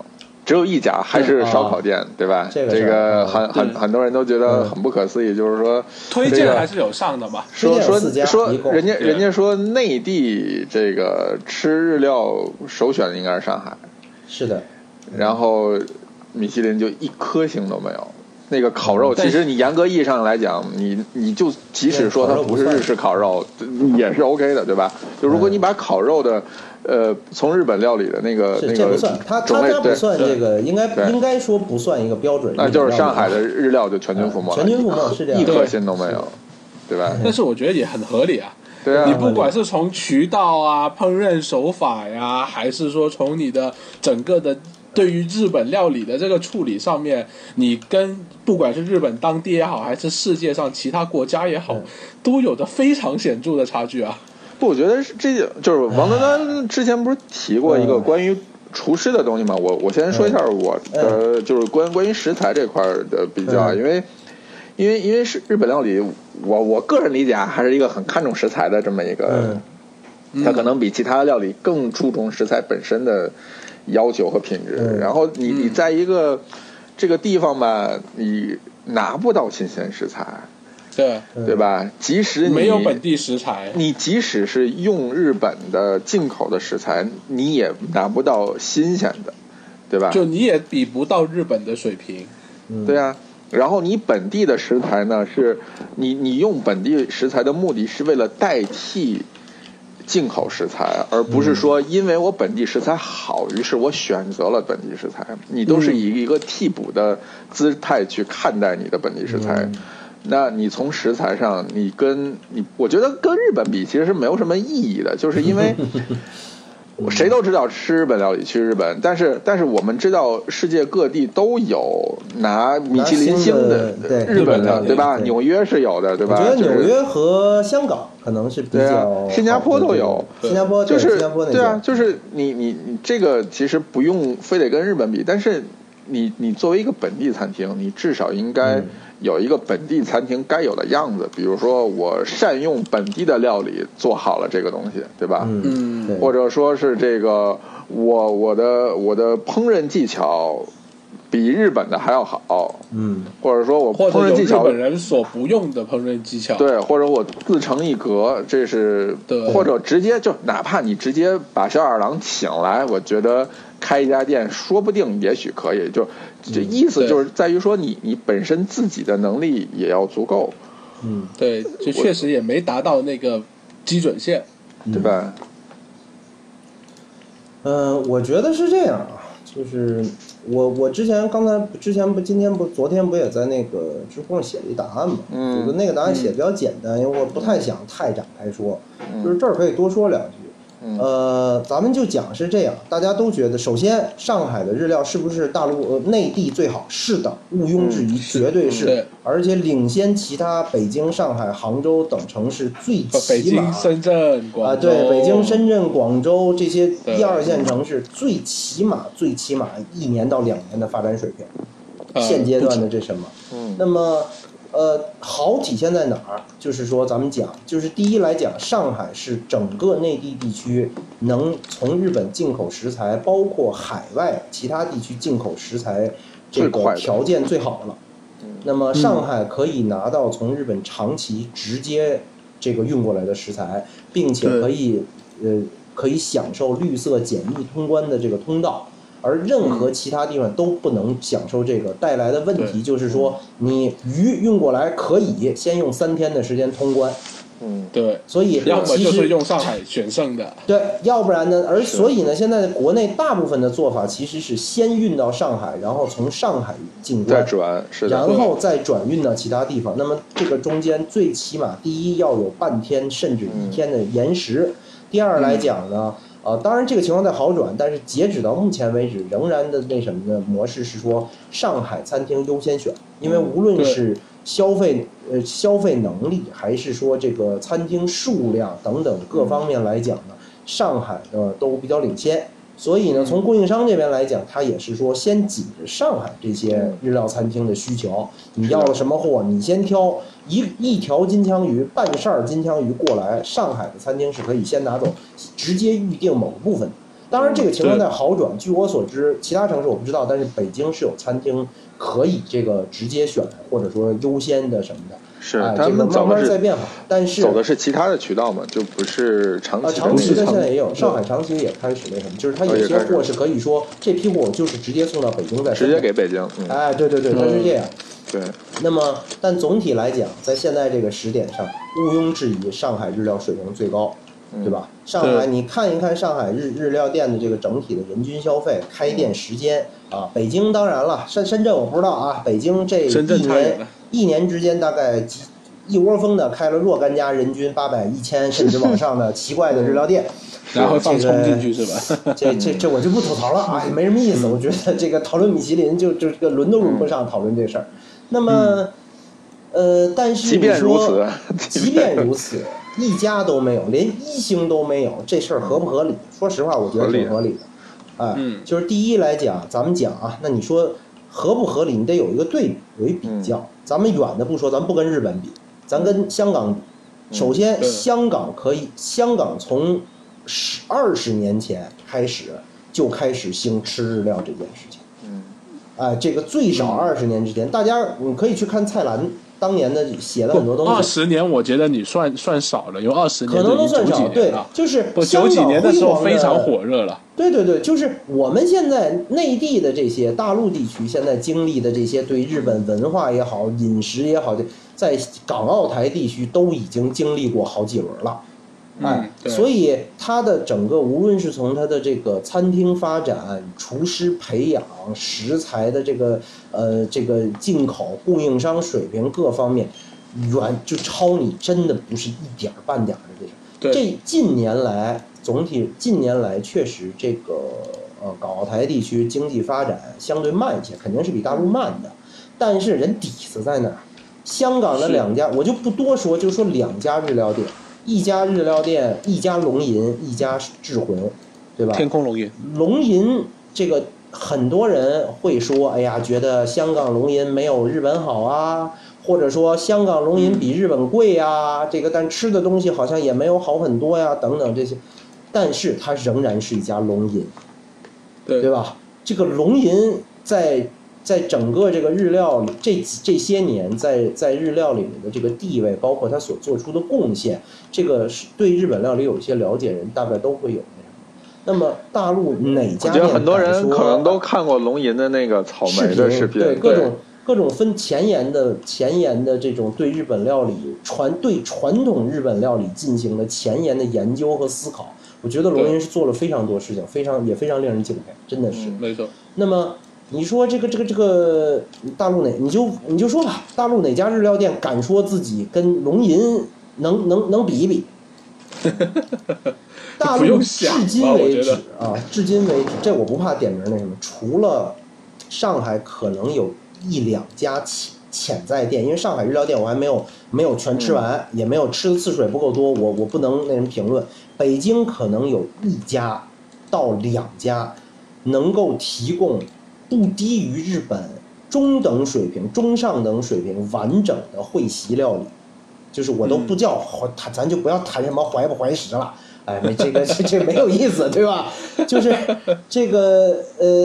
只有一家还是烧烤店，对吧？ 这个很多人都觉得很不可思议，就是说推荐还是有上的嘛。 说人家说内地这个吃日料首选的应该是上海， 是的。 然后米其林就一颗星都没有。那个烤肉，其实你严格意义上来讲，你就即使说它不是日式烤肉，也是 OK 的，对吧？就如果你把烤肉的从日本料理的那个不算，他家不算这个，应该说不算一个标准。 那就是上海的日料就全军覆没了， 全军覆没是这样， 一颗星都没有，对吧？ 但是我觉得也很合理啊。 对啊， 你不管是从渠道啊、烹饪手法呀，还是说从你的整个的对于日本料理的这个处理上面，你跟不管是日本当地也好，还是世界上其他国家也好，都有着非常显著的差距啊。 不，我觉得这就是王端端之前不是提过一个关于厨师的东西吗？我先说一下我的就是关于食材这块的比较，因为是日本料理，我个人理解还是一个很看重食材的这么一个，它可能比其他的料理更注重食材本身的要求和品质。然后你在一个这个地方吧，你拿不到新鲜食材。对吧？即使你没有本地食材， 你即使是用日本的进口的食材，你也拿不到新鲜的，对吧？ 就你也比不到日本的水平。 对啊。然后你本地的食材呢，是你用本地食材的目的是为了代替进口食材，而不是说因为我本地食材好，于是我选择了本地食材。你都是以一个替补的姿态去看待你的本地食材。那你从食材上，我觉得跟日本比其实是没有什么意义的，就是因为谁都知道吃日本料理去日本，但是我们知道世界各地都有拿米其林星的日本的，对吧？纽约是有的，对吧？ 我觉得纽约和香港可能是比较， 新加坡都有， 新加坡就是新加坡那对啊，就是你这个其实不用非得跟日本比，但是你作为一个本地餐厅，你至少应该有一个本地餐厅该有的样子，比如说我善用本地的料理做好了这个东西，对吧？或者说是这个我的烹饪技巧比日本的还要好，或者说我烹饪技巧日本人所不用的烹饪技巧， 对，或者我自成一格，这是或者直接就哪怕你直接把小二郎请来，我觉得开一家店说不定也许可以，就这意思就是在于说你本身自己的能力也要足够， 对，就确实也没达到那个基准线， 对吧？ 我觉得是这样啊，就是我之前昨天不也在那个知乎上写了一答案嘛？我的那个答案写的比较简单，因为我不太想太展开说，就是这儿可以多说两句。咱们就讲是这样，大家都觉得，首先上海的日料是不是大陆内地最好？是的，毋庸置疑，绝对是，而且领先其他北京、上海、杭州等城市最起码。 北京、深圳、广州对，北京、深圳、广州这些一二线城市最起码1年到2年的发展水平，现阶段的这什么？那么。好体现在哪儿？就是说，咱们讲，就是第一来讲，上海是整个内地地区能从日本进口食材，包括海外其他地区进口食材，这个条件最好的了。那么上海可以拿到从日本长期直接这个运过来的食材，并且可以享受绿色检疫通关的这个通道。而任何其他地方都不能享受这个，带来的问题就是说，你鱼运过来可以先用3天的时间通关， 对， 所以要么就是用上海选剩的， 对，要不然呢，所以呢，现在国内大部分的做法其实是先运到上海，然后从上海进关， 再转，是的， 然后再转运到其他地方。那么这个中间最起码第一要有半天甚至1天的延时，第二来讲呢。当然这个情况在好转，但是截止到目前为止，仍然的那什么的模式是说上海餐厅优先选，因为无论是消费能力，还是说这个餐厅数量等等各方面来讲呢，上海的都比较领先。所以呢，从供应商这边来讲，他也是说先紧着上海这些日料餐厅的需求，你要了什么货，你先挑一条金枪鱼、半扇金枪鱼过来，上海的餐厅是可以先拿走，直接预定某部分。 当然这个情况在好转，据我所知，其他城市我不知道，但是北京是有餐厅可以这个直接选或者说优先的什么的。 是， 他们慢慢在变好，但是走的是其他的渠道嘛，就不是长期。 长期的现在也有，上海长期也开始那什么，就是它有些货是可以说这批货就是直接送到北京再直接给北京。 哎，对，它是这样。 对。 那么，但总体来讲，在现在这个时点上，毋庸置疑，上海日料水平最高，对吧？上海你看一看上海日料店的这个整体的人均消费、开店时间啊，北京当然了，深圳我不知道啊，北京这一年之间大概一窝蜂的开了若干家人均800、1000甚至往上的奇怪的日料店， 然后放冲进去是吧？ 这我就不吐槽了，哎，没什么意思。我觉得这个讨论米其林就这个轮都轮不上讨论这事儿。那么，但是你说，即便如此，一家都没有，连1星都没有，这事儿合不合理？说实话，我觉得挺合理的。就是第一来讲，咱们讲啊，那你说合不合理？你得有一个对比，有一比较。咱们远的不说，咱们不跟日本比，咱跟香港比。首先，香港从20年前开始就开始兴吃日料这件事情。这个最少20年之前，大家你可以去看蔡澜当年的写了很多东西。 20年，我觉得你算少了，有20年可能都算少。对，就是 90几年的时候非常火热了。 对，就是我们现在内地的这些大陆地区现在经历的这些对日本文化也好、饮食也好，在港澳台地区都已经经历过好几轮了。所以它的整个无论是从它的这个餐厅发展、厨师培养、食材的这个进口、供应商水平各方面，就超你真的不是一点半点的这种。这近年来确实这个港澳台地区经济发展相对慢一些，肯定是比大陆慢的，但是人底子在那儿。香港的2家我就不多说，就说2家日料店。一家日料店，一家龙吟，一家智魂，对吧？ 天空龙吟， 龙吟这个很多人会说，哎呀，觉得香港龙吟没有日本好啊，或者说香港龙吟比日本贵呀，这个但吃的东西好像也没有好很多呀，等等这些，但是它仍然是一家龙吟，对吧？这个龙吟在整个这个日料这些年在日料里面的这个地位，包括他所做出的贡献，这个对日本料理有一些了解人大概都会有那么大陆哪家店？ 我觉得很多人可能都看过龙吟的那个草莓的视频， 对各种分前沿的这种对日本料理对传统日本料理进行的前沿的研究和思考，我觉得龙吟是做了非常多事情，也非常令人敬佩，真的是。 没错。 那么你说这个大陆你就说吧，大陆哪家日料店敢说自己跟龙吟能比一比？大陆至今为止，这我不怕点名那什么，除了上海可能有1、2家潜在店，因为上海日料店我还没有全吃完，也没有吃的次数也不够多，我不能那什么评论。北京可能有1家到2家能够提供不低于日本中等水平、中上等水平完整的会席料理，就是我都不叫咱就不要谈什么怀不怀石了，哎，这没有意思，对吧？就是这个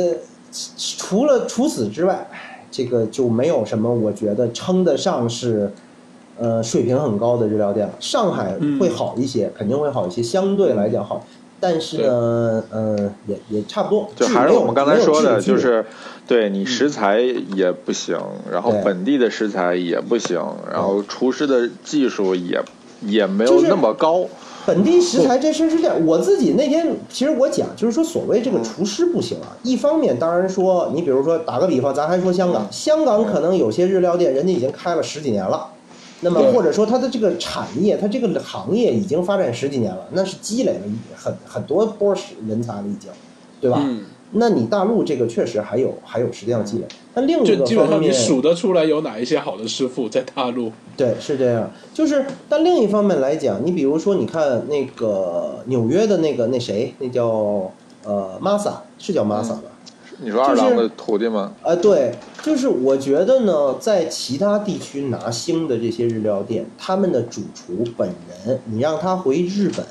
除此之外，这个就没有什么我觉得称得上是水平很高的日料店了。上海会好一些，肯定会好一些，相对来讲好。但是呢，也差不多。 就还是我们刚才说的，就是对你食材也不行，然后本地的食材也不行，然后厨师的技术也没有那么高。 本地食材这事是这样，我自己那天其实我讲，就是说所谓这个厨师不行啊，一方面当然说，你比如说打个比方，咱还说香港可能有些日料店，人家已经开了10几年了。那么或者说它的这个产业，它这个行业已经发展10几年了，那是积累了很多波人才了已经，对吧？那你大陆这个确实还有时间要积累。但另一个方面， 基本上你数得出来有哪一些好的师傅在大陆？ 对，是这样。但另一方面来讲，你比如说，你看那个纽约的那谁，那叫Masa， 是叫 Masa 吧？ 你说二郎的徒弟吗？ 对，就是我觉得呢，在其他地区拿星的这些日料店，他们的主厨本人，你让他回日本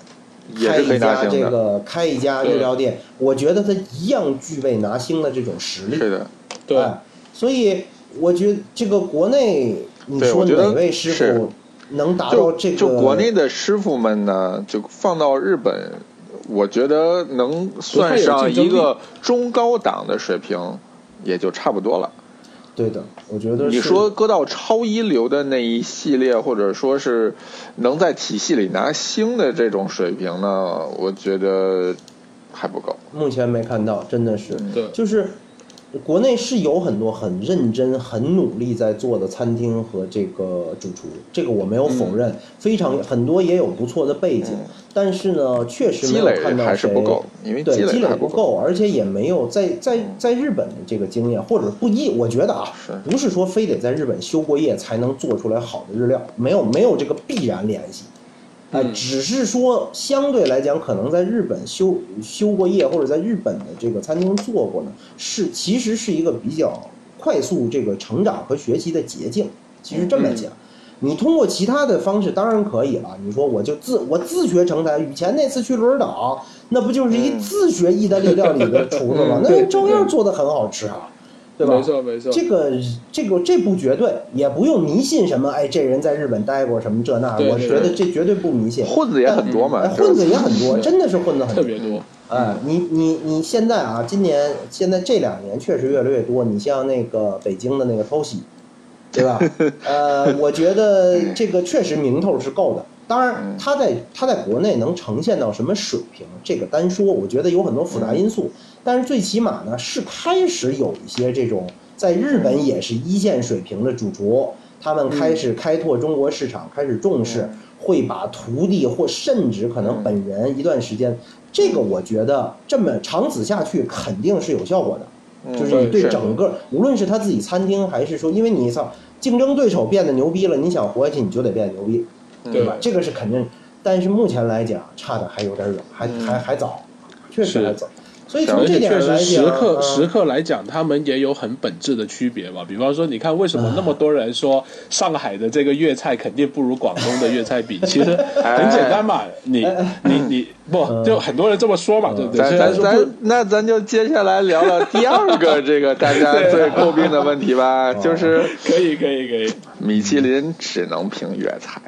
开一家日料店，我觉得他一样具备拿星的这种实力。 是的， 对。 所以我觉得这个国内，你说哪位师傅能达到这个？ 就国内的师傅们呢，就放到日本，我觉得能算上一个中高档的水平，也就差不多了。 对的，我觉得你说搁到超一流的那一系列，或者说是能在体系里拿星的这种水平呢，我觉得还不够。 目前没看到，真的是， 对， 就是国内是有很多很认真、很努力在做的餐厅和这个主厨，这个我没有否认，非常很多也有不错的背景，但是呢，确实没有看到谁， 积累还是不够，因为积累不够，而且也没有在日本的这个经验，或者我觉得啊，不是说非得在日本修过业才能做出来好的日料，没有这个必然联系。只是说相对来讲，可能在日本修过业，或者在日本的这个餐厅做过呢，其实是一个比较快速这个成长和学习的捷径。其实这么讲，你通过其他的方式当然可以了。你说我自学成才，以前那次去鹿儿岛，那不就是一自学意大利料理的厨子吗？那照样做得很好吃啊。对吧？ 没错没错， 这不绝对，也不用迷信什么，这人在日本待过什么这那，我觉得这绝对不迷信。 混子也很多嘛， 混子也很多，真的是混子很多， 特别多。 你现在啊，现在这2年确实越来越多。你像那个北京的那个偷喜，对吧？我觉得这个确实名头是够的。当然，他在国内能呈现到什么水平，这个单说，我觉得有很多复杂因素。但是最起码呢，是开始有一些这种在日本也是一线水平的主厨，他们开始开拓中国市场，开始重视，会把徒弟或甚至可能本人一段时间，这个我觉得这么长此下去肯定是有效果的。就是你对整个，无论是他自己餐厅，还是说，因为你竞争对手变得牛逼了，你想活下去你就得变得牛逼，对吧？这个是肯定。但是目前来讲，差的还有点远，还早，确实还早。所以从这点来讲， 时刻来讲，他们也有很本质的区别吧。比方说，你看为什么那么多人说上海的这个粤菜肯定不如广东的粤菜比？其实很简单嘛，你不就很多人这么说嘛，对不对？ 咱就接下来聊聊第二个这个大家最诟病的问题吧，就是可以， 米其林只能评粤菜。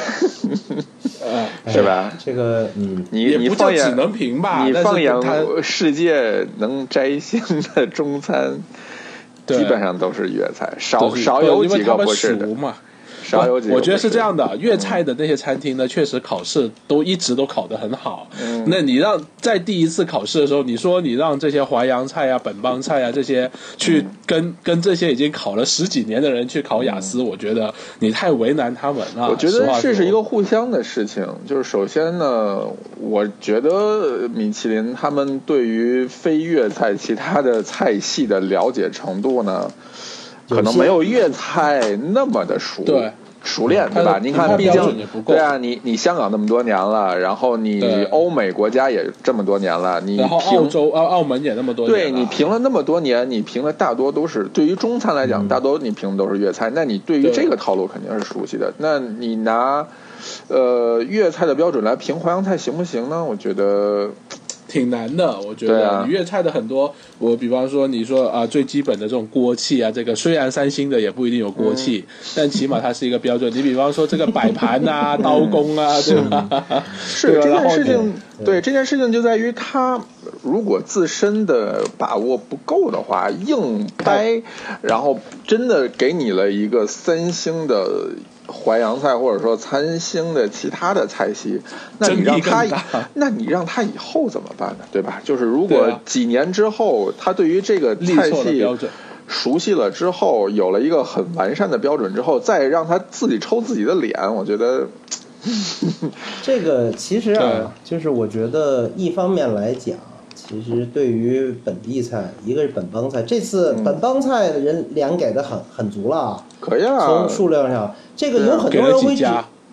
是吧？ 这个你放眼只能评吧， 你放眼世界能摘星的中餐，基本上都是粤菜，少有几个不是的。 我觉得是这样的，粤菜的那些餐厅呢，确实考试一直都考得很好。那你在第一次考试的时候，你说你让这些淮扬菜啊、本帮菜啊这些去跟这些已经考了10几年的人去考雅思，我觉得你太为难他们了。 我觉得这是一个互相的事情。就是首先呢，我觉得米其林他们对于非粤菜其他的菜系的了解程度呢，可能没有粤菜那么的熟练，对吧？你看，毕竟对啊，你香港那么多年了，然后你欧美国家也这么多年了，你然后澳门也那么多年了， 对，你评了那么多年，你评的大多都是对于中餐来讲，大多你评的都是粤菜，那你对于这个套路肯定是熟悉的。那你拿粤菜的标准来评淮扬菜行不行呢？我觉得挺难的，我觉得。粤菜的很多，我比方说你说最基本的这种锅气啊，这个虽然3星的也不一定有锅气，但起码它是一个标准。你比方说这个摆盘啊、刀工啊，对吧？ 是这件事情，对这件事情就在于它如果自身的把握不够的话，硬掰，然后真的给你了一个3星的淮扬菜，或者说3星的其他的菜系，那你让他以后怎么办呢？对吧？就是如果几年之后，他对于这个菜系熟悉了之后，有了一个很完善的标准之后，再让他自己抽自己的脸，我觉得这个其实就是我觉得一方面来讲，其实对于本地菜，一个是本帮菜，这次本帮菜的人脸给的很足了， 可以啊。 从数量上，这个有很多人会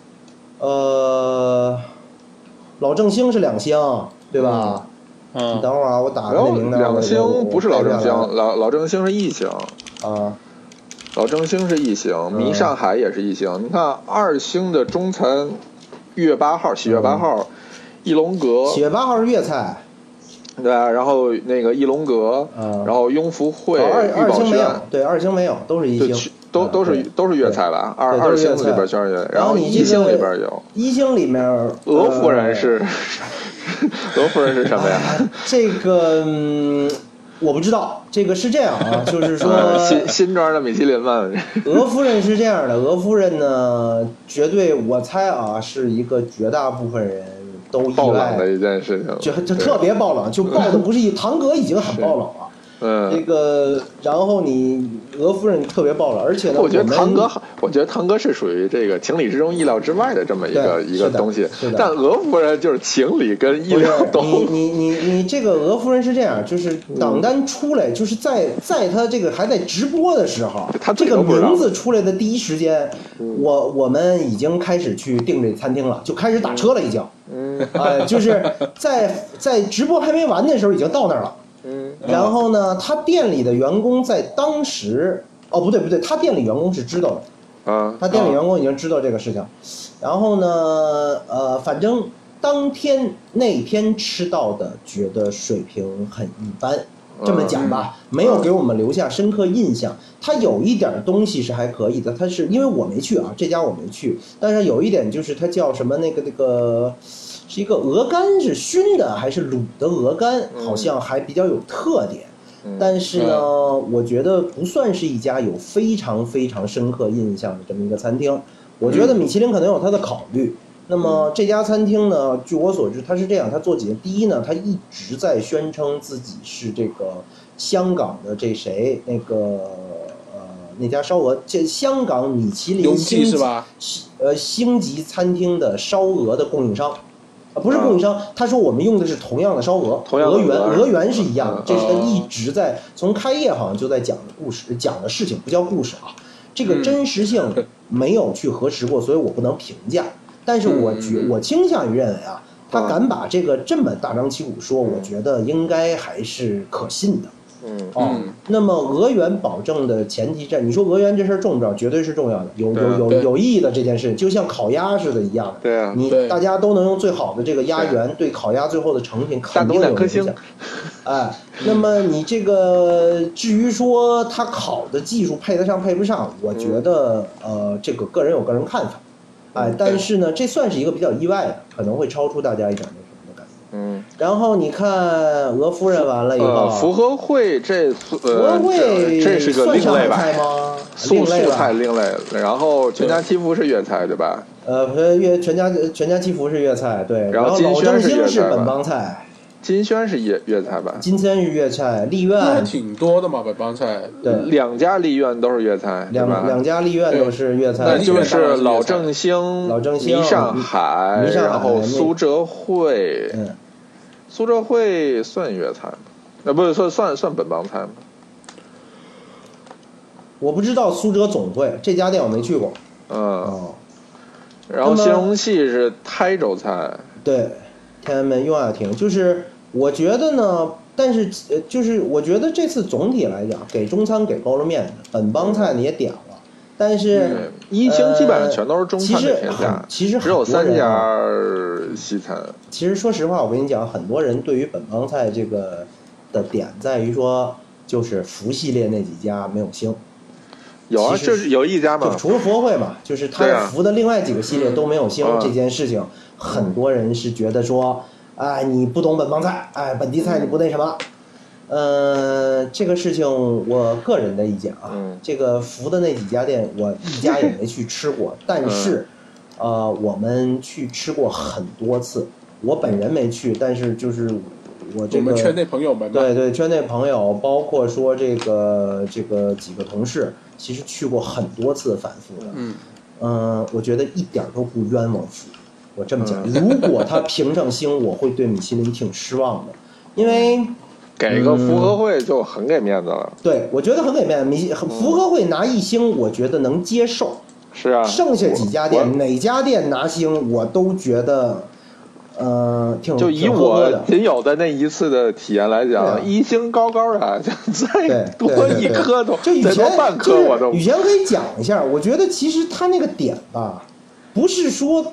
老正兴是2星，对吧？你等会儿啊，我打个那名单。 2星不是老正兴，老正兴是1星啊。 老正兴是1星，迷上海也是1星。你看2星的中餐，喜悦8号， 翼龙阁 7月8号是粤菜。 对啊，然后那个翼龙阁，然后雍福会、 二星没有，对，2星没有，都是1星， 都是粤菜吧？二星里边全是粤，然后1星里边有 ，1星里面俄夫人是俄夫人是什么呀？ 这个我不知道，这个是这样啊，就是说新装的米其林嘛。 俄夫人是这样的，俄夫人呢，绝对我猜啊，是一个绝大部分人都意外的一件事情， 就特别爆冷，就爆的不是堂哥已经很爆冷了。这个，然后你俄夫人特别爆冷，而且呢， 我觉得堂哥是属于这个情理之中意料之外的这么一个东西，但俄夫人就是情理跟意料都。 你这个俄夫人是这样，就是档单出来，就是在他这个还在直播的时候，他这个名字出来的第一时间，我们已经开始去订这餐厅了，就开始打车了已经。就是在直播还没完的时候已经到那儿了。然后呢，他店里的员工在当时，不对，他店里员工是知道的，他店里员工已经知道这个事情。然后呢，反正当天那天吃到的觉得水平很一般，这么讲吧，没有给我们留下深刻印象。它有一点东西是还可以的，它是因为我没去啊，这家我没去，但是有一点就是它叫什么那个。是一个鹅肝，是熏的还是卤的鹅肝，好像还比较有特点。但是呢，我觉得不算是一家有非常非常深刻印象的这么一个餐厅。我觉得米其林可能有它的考虑。那么这家餐厅呢，据我所知，它是这样，它做几件。第一呢，它一直在宣称自己是这个香港的这谁那家烧鹅，这香港米其林星级餐厅的烧鹅的供应商。不是供应商，他说我们用的是同样的烧鹅，鹅源是一样的，这是他一直在从开业好像就在讲的故事，讲的事情不叫故事啊，这个真实性没有去核实过，所以我不能评价。但是我倾向于认为啊，他敢把这个这么大张旗鼓说，我觉得应该还是可信的。那么俄源保证的前提站，你说俄源这事儿重不重要？绝对是重要的，有意义的这件事，就像烤鸭似的一样。 对啊， 大家都能用最好的这个鸭源，对烤鸭最后的成品肯定有影响。那么你这个至于说它烤的技术配得上配不上，我觉得这个个人有个人看法。但是呢，这算是一个比较意外的，可能会超出大家一点然后你看俄夫人完了以后， 福和会这是个另类吧？素菜另类。然后全家七福是粤菜对吧？ 全家七福是粤菜对。 然后老正兴是本帮菜。 金萱是粤菜吧？ 金萱是粤菜，丽苑挺多的嘛，本帮菜。 对 ，2家丽苑都是粤菜， 两家丽苑都是粤菜。 那就是老正兴、迷上海，然后苏浙汇。苏浙汇算粤菜吗？不是算本帮菜吗？ 我不知道苏浙总会这家店我没去过。 然后新荣记是台州菜。 对，天安门雍雅庭，就是我觉得呢，但是就是我觉得这次总体来讲，给中餐给够了面子，本帮菜你也点了，但是一星基本上全都是中餐的天下， 其实只有3家西餐。 其实说实话，我跟你讲，很多人对于本帮菜这个的点在于说，就是福系列那几家没有星。 有啊，就是有一家嘛， 就除了佛会嘛，就是他福的另外几个系列都没有星，这件事情，很多人是觉得说，你不懂本帮菜，本地菜你不那什么。这个事情我个人的意见啊，这个福的那几家店我一家也没去吃过，但是我们去吃过很多次，我本人没去，但是就是我们圈内朋友们， 对圈内朋友，包括说这个几个同事，其实去过很多次反复的，我觉得一点都不冤枉福。我这么讲，如果他评上星，我会对米其林挺失望的，因为给个福和会就很给面子了。 对，我觉得很给面子。福和会拿1星，我觉得能接受。 是啊， 剩下几家店，哪家店拿星，我都觉得， 就以我仅有的那一次的体验来讲，1星高高的，再多一颗都， 就再多半颗我都。 以前可以讲一下，我觉得其实他那个点吧，不是说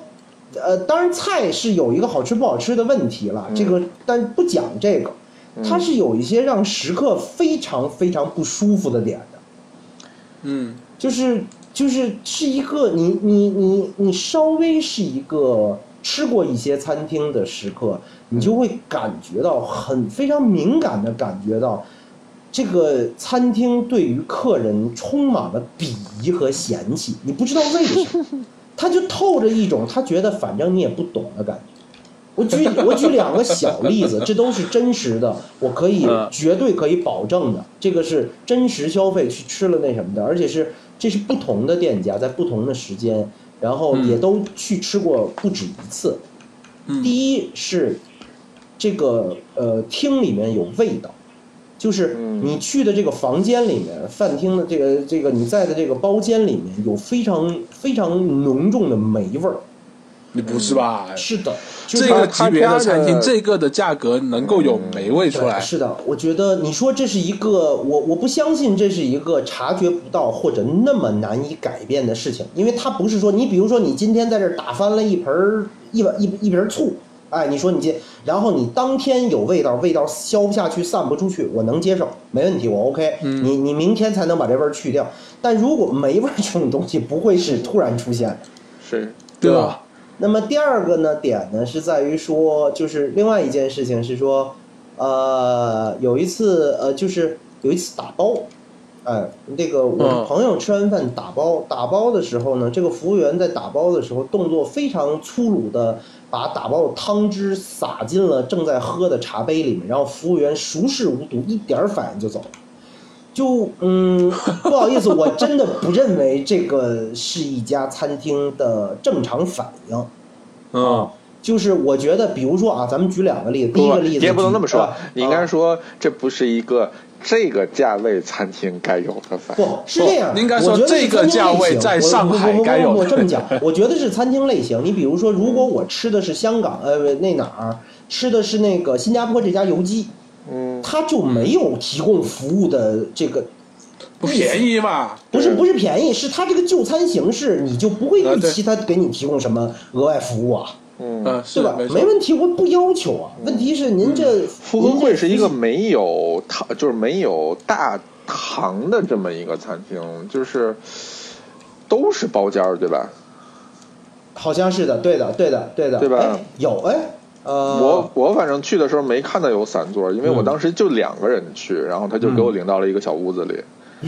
当然菜是有一个好吃不好吃的问题了，这个但不讲这个，它是有一些让食客非常非常不舒服的点的，就是一个你稍微是一个吃过一些餐厅的食客，你就会感觉到非常敏感的感觉到，这个餐厅对于客人充满了鄙夷和嫌弃，你不知道为什么，他就透着一种他觉得反正你也不懂的感觉。我举2个小例子，这都是真实的，我可以绝对可以保证的，这个是真实消费去吃了那什么的，而且这是不同的店家在不同的时间，然后也都去吃过不止一次。第一是这个厅里面有味道，就是你去的这个房间里面，饭厅的这个你在的这个包间里面有非常非常浓重的霉味儿。 你不是吧？ 是的， 这个级别的餐厅，这个的价格能够有霉味出来。 是的，我觉得你说这是一个，我不相信这是一个察觉不到或者那么难以改变的事情，因为它不是说你比如说你今天在这儿打翻了一瓶醋，哎，你说然后你当天有味道消不下去散不出去，我能接受，没问题，我 OK。你明天才能把这味儿去掉，但如果霉味这种东西不会是突然出现的， 是， 对吧？那么第二个点呢是在于说，就是另外一件事情是说，有一次打包，这个我朋友吃完饭打包的时候呢，这个服务员在打包的时候动作非常粗鲁的把打包的汤汁洒进了正在喝的茶杯里面，然后服务员熟视无睹，一点反应就走了。就不好意思，我真的不认为这个是一家餐厅的正常反应。就是我觉得，比如说啊，咱们举2个例子。第一个例子， 你也不能那么说，你应该说这不是一个这个价位餐厅该有的反应。 不是这样， 应该说这个价位在上海该有的。 我这么讲，我觉得是餐厅类型。你比如说，如果我吃的是香港那哪儿吃的是那个新加坡这家油鸡。他就没有提供服务的这个， 不便宜嘛？ 不是便宜，是他这个就餐形式，你就不会预期他给你提供什么额外服务啊？对吧？没问题，我不要求啊。问题是您这富和汇是一个没有就是没有大堂的这么一个餐厅，就是都是包间儿，对吧？ 好像是的，对的， 对吧？ 有我反正去的时候没看到有散座，因为我当时就2个人去，然后他就给我领到了一个小屋子里。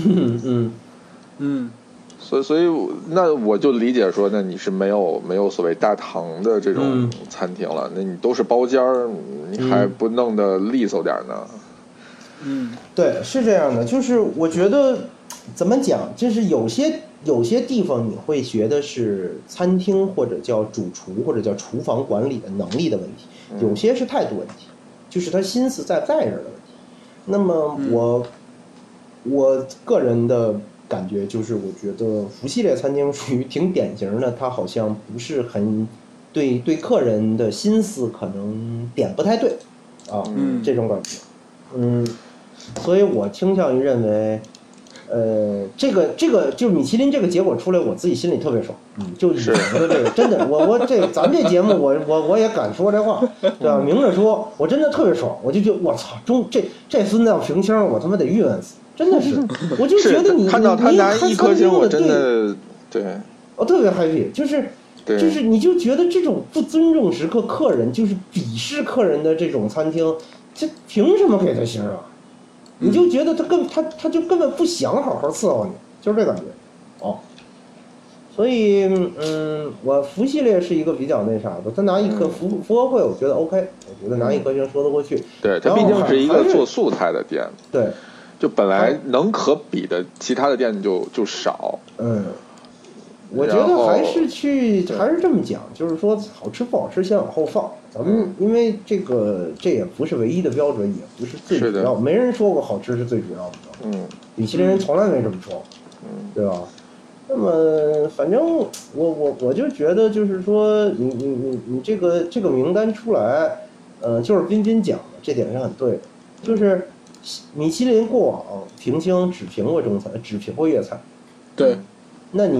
所以那我就理解说，那你是没有所谓大堂的这种餐厅了，那你都是包间儿，你还不弄得利索点呢？ 对，是这样的，就是我觉得怎么讲，就是有些地方你会觉得是餐厅或者叫主厨或者叫厨房管理的能力的问题，有些是态度问题，就是他心思在这儿的问题。那么我个人的感觉就是，我觉得福系列餐厅属于挺典型的，它好像不是很对客人的心思可能点不太对啊，这种感觉。所以我倾向于认为。这个就是米其林这个结果出来，我自己心里特别爽。就以前的这个真的，我咱这节目我也敢说这话，对吧？明着说，我真的特别爽，我就觉得我操，这孙子要评星，我他妈得郁闷死，真的是，我就觉得你看到他拿1颗星，我真的对， 我特别 happy，就是你就觉得这种不尊重客人，就是鄙视客人的这种餐厅，这凭什么给他星啊？你就觉得他就根本不想好好伺候你，就是这感觉，所以我福系列是一个比较那啥的，他拿1颗福和汇，我觉得 OK， 我觉得拿1颗星说得过去。 对，它毕竟是一个做素菜的店， 对， 就本来能可比的其他的店就少。 我觉得还是这么讲，就是说好吃不好吃先往后放。咱们因为这也不是唯一的标准，也不是最主要，没人说过好吃是最主要的标准。米其林人从来没这么说，对吧？那么反正我就觉得就是说你这个名单出来，就是彬彬讲的这点是很对的，就是米其林过往评星只评过中餐，只评过粤菜。 对。 那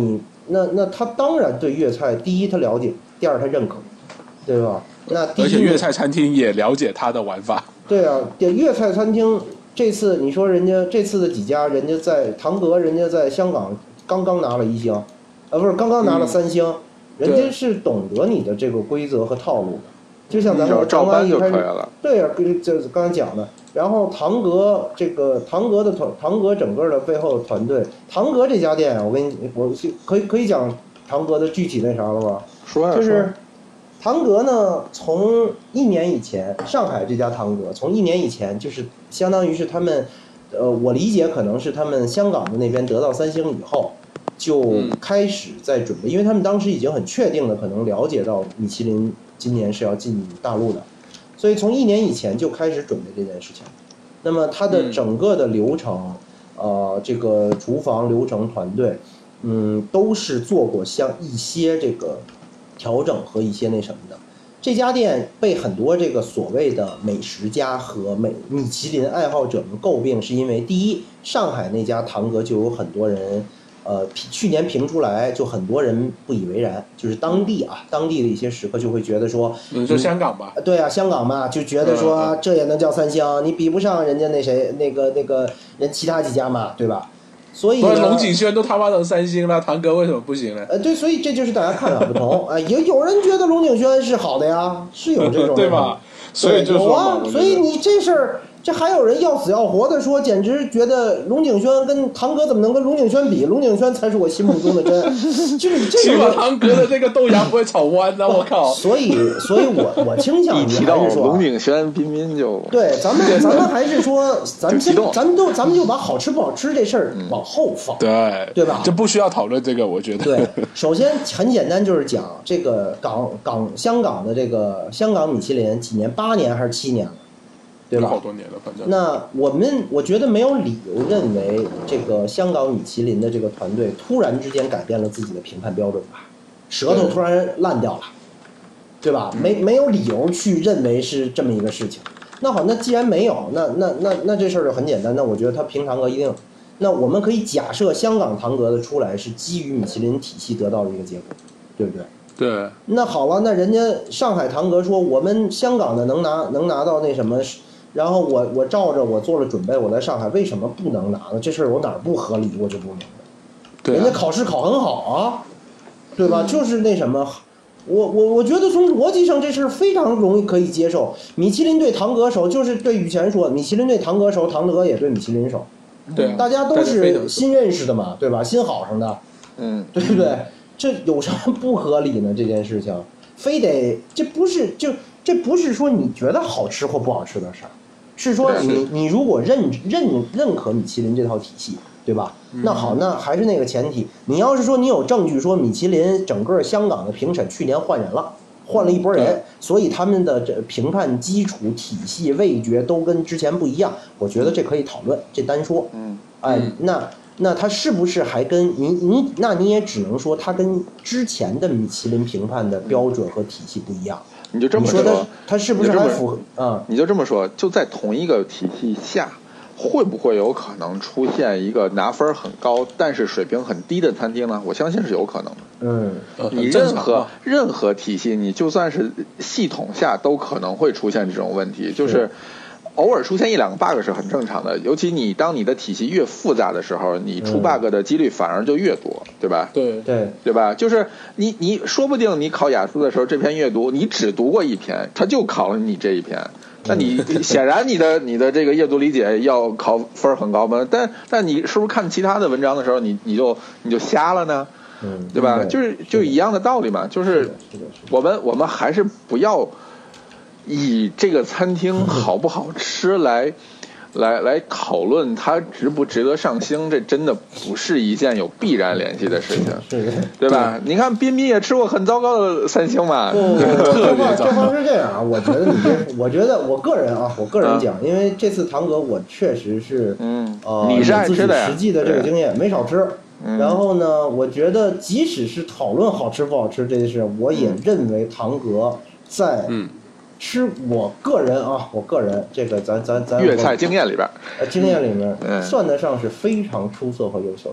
那他当然对粤菜，第一他了解，第二他认可，对吧？那第一， 而且粤菜餐厅也了解他的玩法。 对啊，粤菜餐厅这次你说人家这次的几家，人家在堂格，人家在香港刚刚拿了1星，不是刚刚拿了3星，人家是懂得你的这个规则和套路的。就像咱们照搬就可以了。对呀，就是刚才讲的。然后堂格堂格整个的背后团队，堂格这家店，我可以讲堂格的具体那啥了吧？ 说呀， 就是堂格呢，从1年以前，上海这家堂格从1年以前，就是相当于是他们，我理解可能是他们香港的那边得到3星以后，就开始在准备，因为他们当时已经很确定的可能了解到米其林今年是要进大陆的，所以从1年以前就开始准备这件事情。那么它的整个的流程，这个厨房流程团队，都是做过一些这个调整和一些那什么的。这家店被很多这个所谓的美食家和米其林爱好者们诟病，是因为第一，上海那家堂格就有很多人。去年评出来，就很多人不以为然，就是当地的一些食客就会觉得说， 就香港吧， 对啊，香港嘛，就觉得说这也能叫3星，你比不上人家那个人其他几家嘛，对吧？所以龙井轩都他妈能3星了，堂格为什么不行呢？ 对，所以这就是大家看法不同啊，也有人觉得龙井轩是好的呀，是有这种对吧？所以就说嘛， 所以你这事儿。这还有人要死要活的说，简直觉得龙井轩跟堂格怎么能跟龙井轩比？龙井轩才是我心目中的真。就是这个。 起码堂格的这个豆芽不会炒弯呢，我靠！ 所以我倾向于还是说龙井轩彬彬就对咱们还是说咱们就把好吃不好吃这事儿往后放，对吧？ 这不需要讨论这个，我觉得。 对，首先很简单，就是讲这个香港的这个香港米其林几年，8年还是7年了。对吧？ 好多年了，反正。 那我觉得没有理由认为这个香港米其林的这个团队突然之间改变了自己的评判标准吧，舌头突然烂掉了，对吧？没有理由去认为是这么一个事情。那好，那既然没有，那这事儿就很简单。那我觉得他评堂格一定，那我们可以假设香港堂格的出来是基于米其林体系得到的一个结果，对不对？ 对。 那好了，那人家上海堂格说我们香港的能拿到那什么。然后我照着我做了准备，我在上海为什么不能拿呢？这事儿有哪儿不合理？我就不明白。 对、 人家考试考很好啊，对吧？就是那什么，我觉得从逻辑上这事儿非常容易可以接受。米其林对堂格熟，就是对羽泉说，米其林对堂格熟，堂格也对米其林熟。 对， 大家都是新认识的嘛，对吧？新好上的，对不对？这有什么不合理呢？这件事情，非得这不是说你觉得好吃或不好吃的事儿。是说你如果认可米其林这套体系，对吧？那好，那还是那个前提，你要是说你有证据说米其林整个香港的评审去年换人了，换了一波人，所以他们的这评判基础体系味觉都跟之前不一样，我觉得这可以讨论，这单说。那他是不是还跟那你也只能说他跟之前的米其林评判的标准和体系不一样。 你就这么说， 他是不是还符合？ 你就这么说，就在同一个体系下，会不会有可能出现一个拿分很高但是水平很低的餐厅呢？我相信是有可能的。你任何体系，你就算是系统下都可能会出现这种问题，就是偶尔出现1-2个 bug 是很正常的。尤其当你的体系越复杂的时候，你出 bug 的几率反而就越多，对吧？ 对吧？就是你说不定你考雅思的时候，这篇阅读你只读过1篇，他就考了你这一篇。那你显然你的这个阅读理解要考分很高嘛？但你是不是看其他的文章的时候，你就瞎了呢？对吧？就一样的道理嘛。就是我们还是不要以这个餐厅好不好吃来讨论它值不值得上星，这真的不是一件有必然联系的事情，对吧？你看彬彬也吃过很糟糕的3星嘛。 这方是这样啊，我觉得我个人讲，因为这次堂格我确实是你是爱吃的呀， 实际的这个经验没少吃。然后呢，我觉得即使是讨论好吃不好吃这件事，我也认为堂格在吃我个人这个咱粤菜经验里边， 算得上是非常出色和优秀的。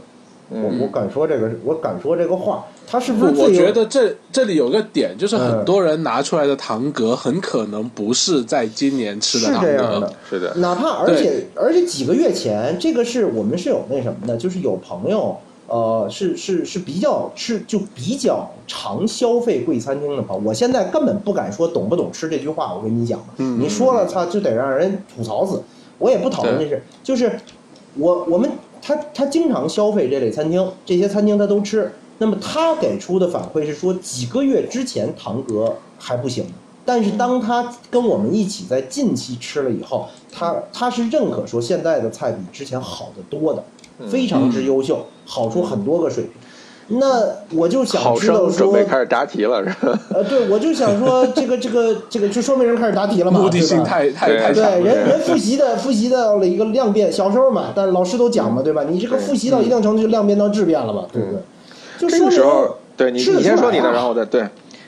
我敢说这个话，它是不是？ 我觉得这里有个点，就是很多人拿出来的堂格很可能不是在今年吃的堂格， 是这样的， 是的。 哪怕而且几个月前，这个是我们是有那什么的，就是有朋友。是比较常消费贵餐厅的朋友，我现在根本不敢说懂不懂吃这句话，我跟你讲吧，你说了他就得让人吐槽死，我也不讨论这事，就是我们他经常消费这类餐厅，这些餐厅他都吃，那么他给出的反馈是说几个月之前堂格还不行，但是当他跟我们一起在近期吃了以后，他是认可说现在的菜比之前好得多的。非常之优秀，好出很多个水平。那我就想知道说， 准备开始答题了是吧？ 对，我就想说，这个就说明人开始答题了嘛， 目的性太强了。 对，人复习到了一个量变，小时候嘛，但是老师都讲嘛，对吧？你这个复习到一定程度就量变到质变了嘛，对不对？就这个时候，对你先说你的，然后我再对。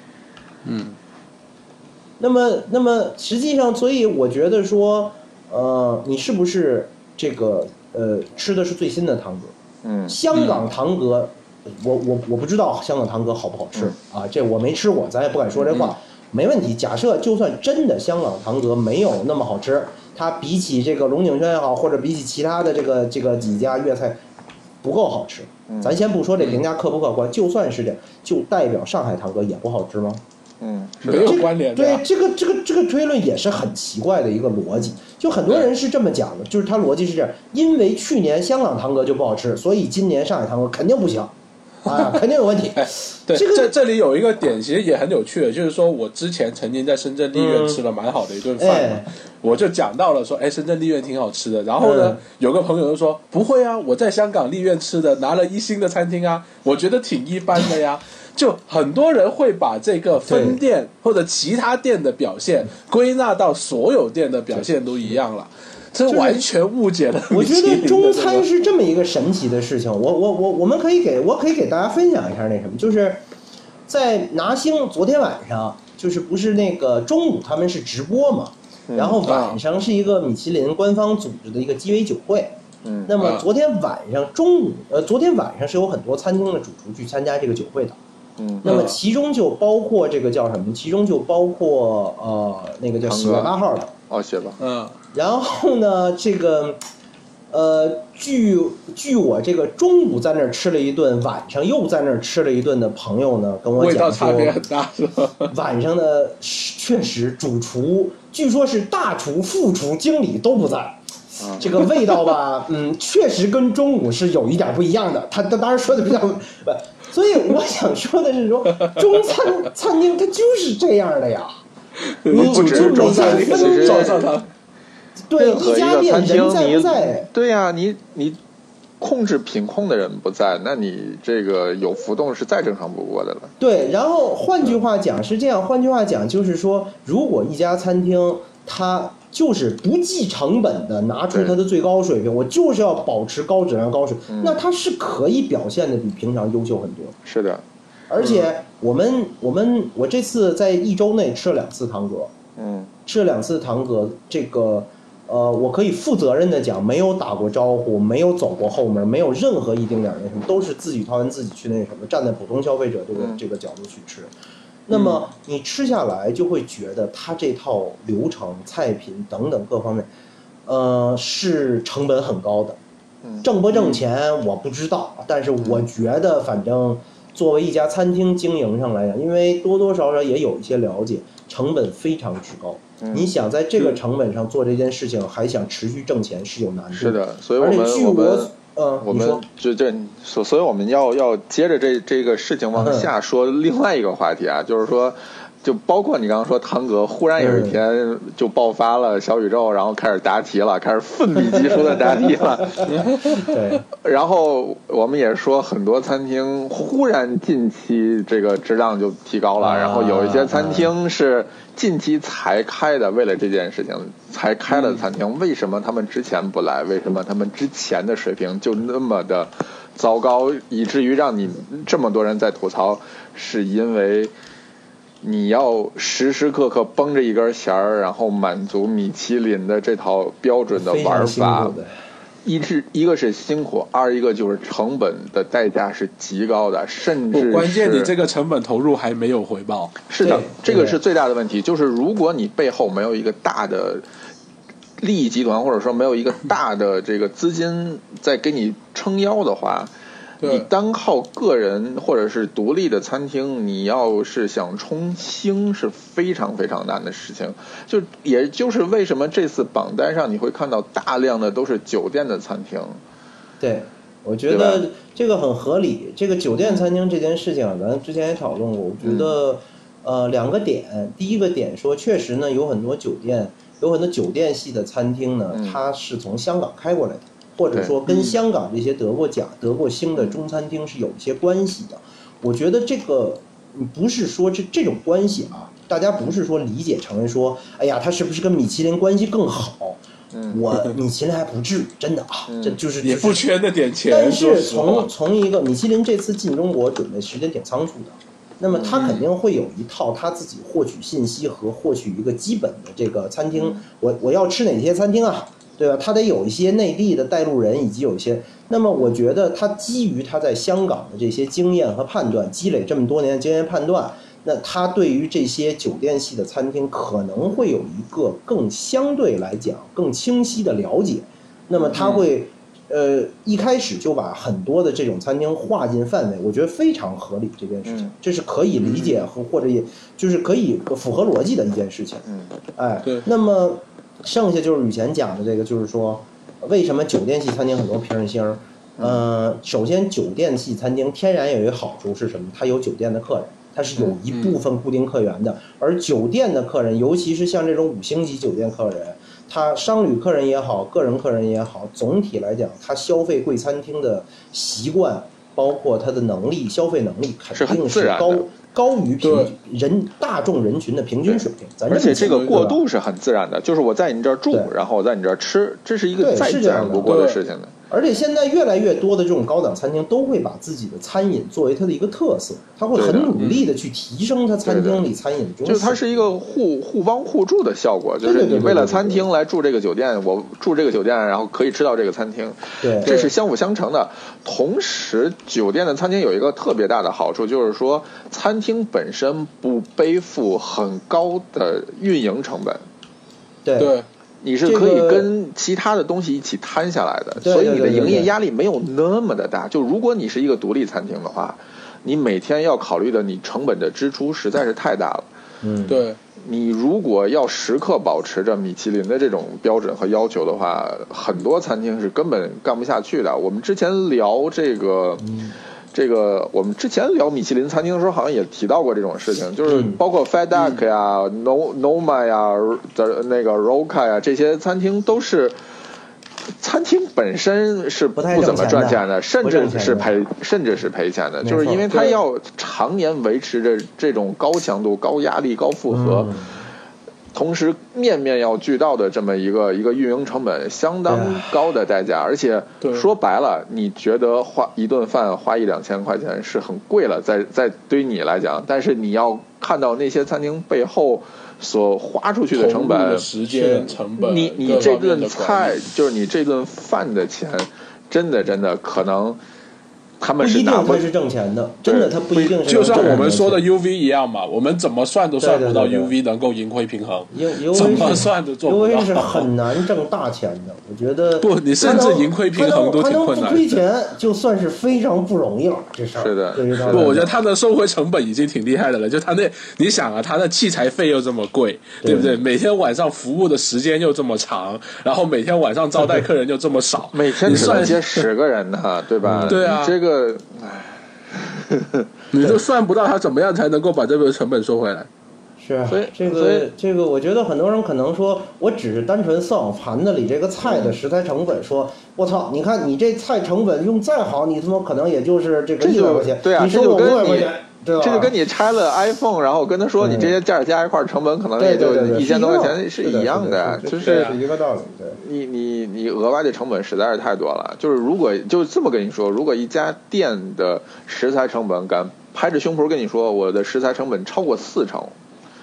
那么实际上，所以我觉得说，你是不是这个？吃的是最新的堂格，香港堂格，我不知道香港堂格好不好吃啊，这我没吃过，咱也不敢说这话，没问题。假设就算真的香港堂格没有那么好吃，它比起这个龙井轩也好，或者比起其他的这个几家粤菜不够好吃，咱先不说这评价客不客观，就算是这，就代表上海堂格也不好吃吗？ 没有关联的。 对，这个推论也是很奇怪的一个逻辑。就很多人是这么讲的，就是他逻辑是这样：因为去年香港堂格就不好吃，所以今年上海堂格肯定不行，啊，肯定有问题。 对，这里有一个点，其实也很有趣的，就是说我之前曾经在深圳丽苑吃了蛮好的一顿饭嘛，我就讲到了说，深圳丽苑挺好吃的。然后呢，有个朋友就说，不会啊，我在香港丽苑吃的，拿了1星的餐厅啊，我觉得挺一般的呀。就很多人会把这个分店或者其他店的表现归纳到所有店的表现都一样了，这完全误解了。 我觉得中餐是这么一个神奇的事情，我可以给大家分享一下那什么，就是在拿星昨天晚上，就是不是那个中午他们是直播嘛，然后晚上是一个米其林官方组织的一个鸡尾酒会。那么昨天晚上是有很多餐厅的主厨去参加这个酒会的。那么其中就包括这个叫什么？其中就包括那个叫喜乐8号的写吧。 然后呢，这个据我这个中午在那儿吃了一顿，晚上又在那儿吃了一顿的朋友呢，跟我讲说，味道差别很大是吧？ 晚上的确实主厨据说是大厨、副厨、经理都不在。这个味道吧，确实跟中午是有一点不一样的。他当然说的比较所以我想说的是说，中餐厅它就是这样的呀。 不只是中餐厅，其实对一家店人在不在？ 对呀，你控制品控的人不在，那你这个有浮动是再正常不过的了。 对，然后换句话讲是这样，换句话讲就是说，如果一家餐厅它就是不计成本的拿出它的最高水平，我就是要保持高质量高水平，那它是可以表现的比平常优秀很多。 是的， 而且我这次在1周内吃了2次堂格，吃了2次堂格，这个我可以负责任的讲，没有打过招呼，没有走过后门，没有任何一丁点那什么，都是自己掏钱自己去那什么，站在普通消费者这个角度去吃。那么你吃下来就会觉得它这套流程、菜品等等各方面，是成本很高的，挣不挣钱我不知道，但是我觉得反正作为一家餐厅经营上来讲，因为多多少少也有一些了解，成本非常之高。你想在这个成本上做这件事情，还想持续挣钱是有难度。 是的，所以我们所以我们要接着这个事情往下说另外一个话题啊，就是说，就包括你刚刚说堂格忽然有一天就爆发了小宇宙，然后开始答题了，开始奋笔疾书的答题了。 对。 然后我们也说很多餐厅忽然近期这个质量就提高了，然后有一些餐厅是近期才开的，为了这件事情才开了餐厅，为什么他们之前不来？为什么他们之前的水平就那么的糟糕，以至于让你这么多人在吐槽？是因为你要时时刻刻绷着一根弦儿，然后满足米其林的这套标准的玩法， 一个是辛苦，二一个就是成本的代价是极高的，甚至关键你这个成本投入还没有回报。 是的，这个是最大的问题，就是如果你背后没有一个大的利益集团，或者说没有一个大的这个资金在给你撑腰的话，你单靠个人或者是独立的餐厅，你要是想冲星是非常非常难的事情。就也就是为什么这次榜单上你会看到大量的都是酒店的餐厅。 对，我觉得这个很合理。这个酒店餐厅这件事情咱之前也讨论过，我觉得两个点。第一个点说，确实呢有很多酒店系的餐厅呢，它是从香港开过来的。或者说跟香港这些得过奖、得过星的中餐厅是有一些关系的。我觉得这个不是说这种关系啊，大家不是说理解成为说，哎呀，他是不是跟米其林关系更好？我米其林还不至于，真的啊，这就是也不缺那点钱。 但是从一个米其林这次进中国准备时间挺仓促的，那么他肯定会有一套他自己获取信息和获取一个基本的这个餐厅，我要吃哪些餐厅啊？对吧？他得有一些内地的带路人，以及有一些。那么我觉得他基于他在香港的这些经验和判断，积累这么多年的经验判断，那他对于这些酒店系的餐厅可能会有一个更相对来讲更清晰的了解。那么他会一开始就把很多的这种餐厅划进范围，我觉得非常合理。这件事情这是可以理解和或者也就是可以符合逻辑的一件事情。哎，那么。剩下就是以前讲的这个，就是说，为什么酒店系餐厅很多评星？首先酒店系餐厅天然有一个好处是什么？它有酒店的客人，它是有一部分固定客源的。而酒店的客人，尤其是像这种5星级酒店客人，他商旅客人也好，个人客人也好，总体来讲，他消费贵餐厅的习惯，包括他的能力、消费能力，肯定是高于大众人群的平均水平。 而且这个过渡是很自然的，就是我在你这儿住，然后我在你这儿吃，这是一个再自然不过的事情的。 而且现在越来越多的这种高档餐厅都会把自己的餐饮作为它的一个特色，他会很努力的去提升它餐厅里餐饮的就是它是一个互帮互助的效果，就是你为了餐厅来住这个酒店，我住这个酒店，然后可以吃到这个餐厅，这是相辅相成的。同时，酒店的餐厅有一个特别大的好处，就是说餐厅本身不背负很高的运营成本。 对。 你是可以跟其他的东西一起摊下来的，所以你的营业压力没有那么的大。就如果你是一个独立餐厅的话，你每天要考虑的你成本的支出实在是太大了。 对。 你如果要时刻保持着米其林的这种标准和要求的话，很多餐厅是根本干不下去的。我们之前聊我们之前聊米其林餐厅的时候，好像也提到过这种事情，就是包括 FedEx 呀、Noma 呀的那个 Roca 呀，这些餐厅都是餐厅本身是不怎么赚钱的，甚至是赔钱的，就是因为它要常年维持着这种高强度、高压力、高负荷。同时面面要俱到的这么一个运营成本相当高的代价，而且说白了，你觉得花一顿饭花1-2千块钱是很贵了，在对于你来讲，但是你要看到那些餐厅背后所花出去的成本、 时间成本， 你这顿菜就是你这顿饭的钱，真的可能。他们是拿不一定他是挣钱的，真的他不一定是。 就像我们说的 UV 一样嘛，我们怎么算都算不到 UV 能够盈亏平衡，怎么算都做不到。 UV 是很难挣大钱的，我觉得。 不，你甚至盈亏平衡都挺困难的。 他能不亏钱，就算是非常不容易了，这事儿。 是的。 不，我觉得他的收回成本已经挺厉害的了。就他你想啊，他的器材费又这么贵，对不对？每天晚上服务的时间又这么长，然后每天晚上招待客人又这么少， 每天只能接10个人呢，对吧？ 对啊， 这个。 你都算不到他怎么样才能够把这个成本收回来。 是啊，这个，我觉得很多人可能说，我只是单纯算我盘子里这个菜的食材成本，说我操，你看你这菜成本用再好，你他妈可能也就是这个100块钱， 对啊， 你说我500块钱。 这就跟你拆了 iPhone， 然后跟他说你这些件加一块成本可能也就1000多块钱是一样的，就是一个道理。对， 你额外的成本实在是太多了。就是如果就这么跟你说，如果一家店的食材成本敢拍着胸脯跟你说我的食材成本超过40%，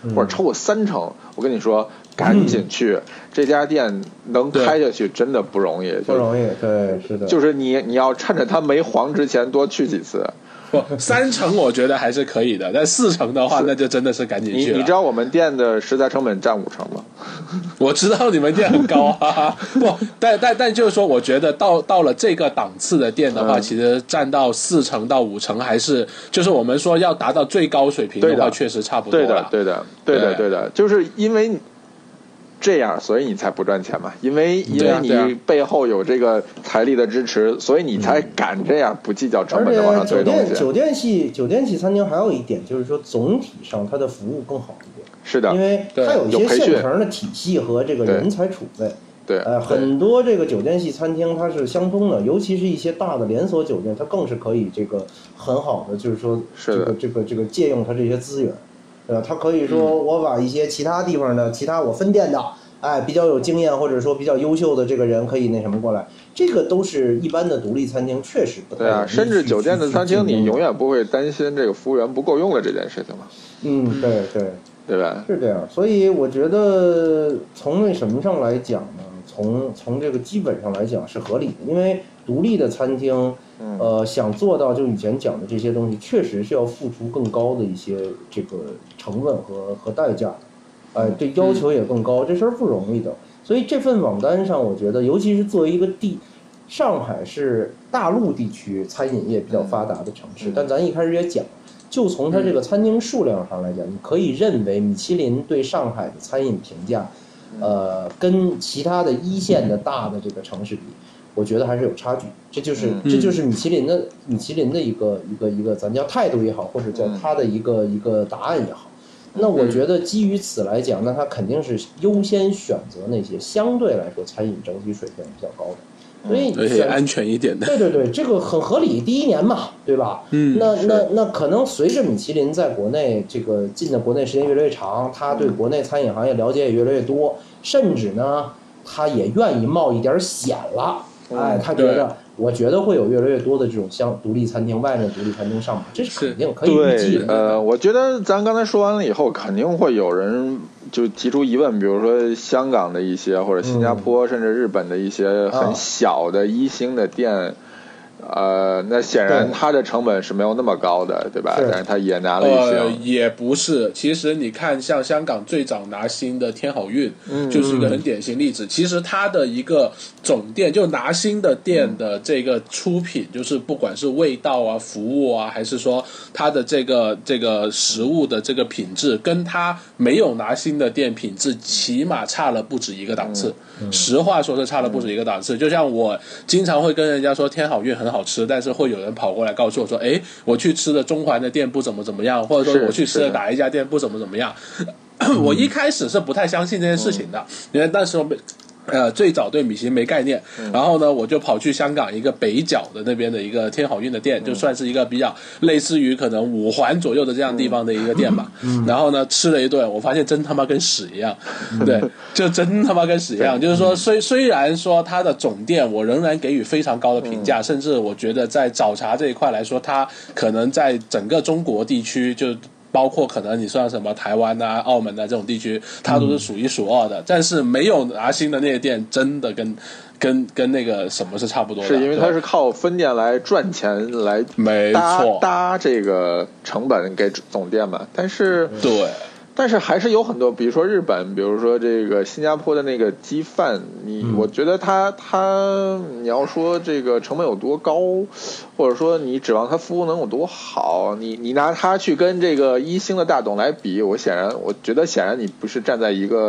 或者超过3成，我跟你说，赶紧去，这家店能开下去真的不容易， 不容易，对，是的， 就是你要趁着它没黄之前多去几次。 不，3成我觉得还是可以的，但4成的话，那就真的是赶紧去了。 你知道我们店的食材成本占5成吗？ 我知道你们店很高啊，不，但就是说，我觉得到了这个档次的店的话，其实占到4成到5成还是，就是我们说要达到最高水平的话，确实差不多了。 对的，就是因为这样，所以你才不赚钱嘛，因为你背后有这个财力的支持，所以你才敢这样不计较成本的往上推东西。 酒店系餐厅还有一点就是说，总体上它的服务更好一点。 是的， 因为它有一些现成的体系和这个人才储备。 对， 很多这个酒店系餐厅它是相通的，尤其是一些大的连锁酒店，它更是可以这个很好的，就是说这个借用它这些资源。他可以说我把一些其他地方的我分店的，比较有经验或者说比较优秀的这个人可以那什么过来，这个都是一般的独立餐厅确实不太。 对啊，甚至酒店的餐厅你永远不会担心这个服务员不够用的这件事情嘛。 对吧？是这样，所以我觉得从那什么上来讲呢？从这个基本上来讲是合理的，因为独立的餐厅。想做到就以前讲的这些东西，确实是要付出更高的一些这个成本和代价的，对要求也更高，这事儿不容易的。所以这份网单上，我觉得，尤其是作为一个上海是大陆地区餐饮业比较发达的城市，但咱一开始也讲，就从它这个餐厅数量上来讲，你可以认为米其林对上海的餐饮评价，跟其他的1线的大的这个城市比。我觉得还是有差距，这就是米其林的一个，咱叫态度也好，或者叫他的一个答案也好。那我觉得基于此来讲，那他肯定是优先选择那些相对来说餐饮整体水平比较高的，所以而且安全一点的。 对，这个很合理。第1年嘛，对吧？那可能随着米其林在国内这个进的国内时间越来越长，他对国内餐饮行业了解也越来越多，甚至呢，他也愿意冒一点险了。他我觉得会有越来越多的这种像独立餐厅、外面独立餐厅上马，这是肯定可以预计的。 我觉得咱刚才说完了以后，肯定会有人就提出疑问，比如说香港的一些，或者新加坡，甚至日本的一些很小的1星的店。那显然它的成本是没有那么高的，对吧？但是它也拿了1星。 也不是，其实你看，像香港最早拿星的天好运，就是一个很典型例子。其实它的一个总店，就拿星的店的这个出品，就是不管是味道啊、服务啊，还是说它的这个食物的这个品质，跟它没有拿星的店品质，起码差了不止一个档次。实话说是差了不止一个档次。就像我经常会跟人家说天好运很好吃，但是会有人跑过来告诉我说，我去吃的中环的店不怎么样，或者说我去吃的哪一家店不怎么样。我一开始是不太相信这件事情的，因为那时候最早对米其林没概念，然后呢，我就跑去香港一个北角的那边的一个天好运的店，就算是一个比较类似于可能5环左右的这样地方的一个店吧。然后呢，吃了一顿，我发现真他妈跟屎一样，对，就真他妈跟屎一样。就是说，虽然说它的总店我仍然给予非常高的评价，甚至我觉得在早茶这一块来说，它可能在整个中国地区就。包括可能你算什么台湾啊、澳门啊这种地区，它都是数1数2的。但是没有拿星的那些店，真的跟那个什么是差不多的。 是因为它是靠分店来赚钱来搭这个成本给总店嘛？但是还是有很多，比如说日本，比如说这个新加坡的那个鸡饭，我觉得你要说这个成本有多高，或者说你指望它服务能有多好，你拿它去跟这个1星的大董来比，我觉得显然你不是站在一个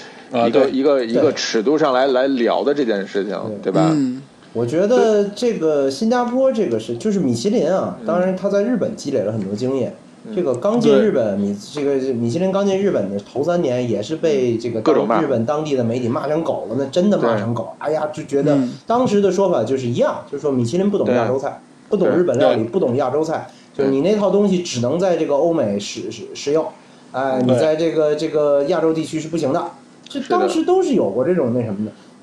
尺度上来聊的这件事情，对吧？ 我觉得这个新加坡这个就是米其林啊，当然他在日本积累了很多经验。这个刚进日本，米其林刚进日本的头3年也是被这个日本当地的媒体骂成狗了，那真的骂成狗。哎呀，就觉得当时的说法就是一样，就是说米其林不懂亚洲菜，不懂日本料理，不懂亚洲菜，就是你那套东西只能在这个欧美使用，你在这个亚洲地区是不行的。这当时都是有过这种那什么的。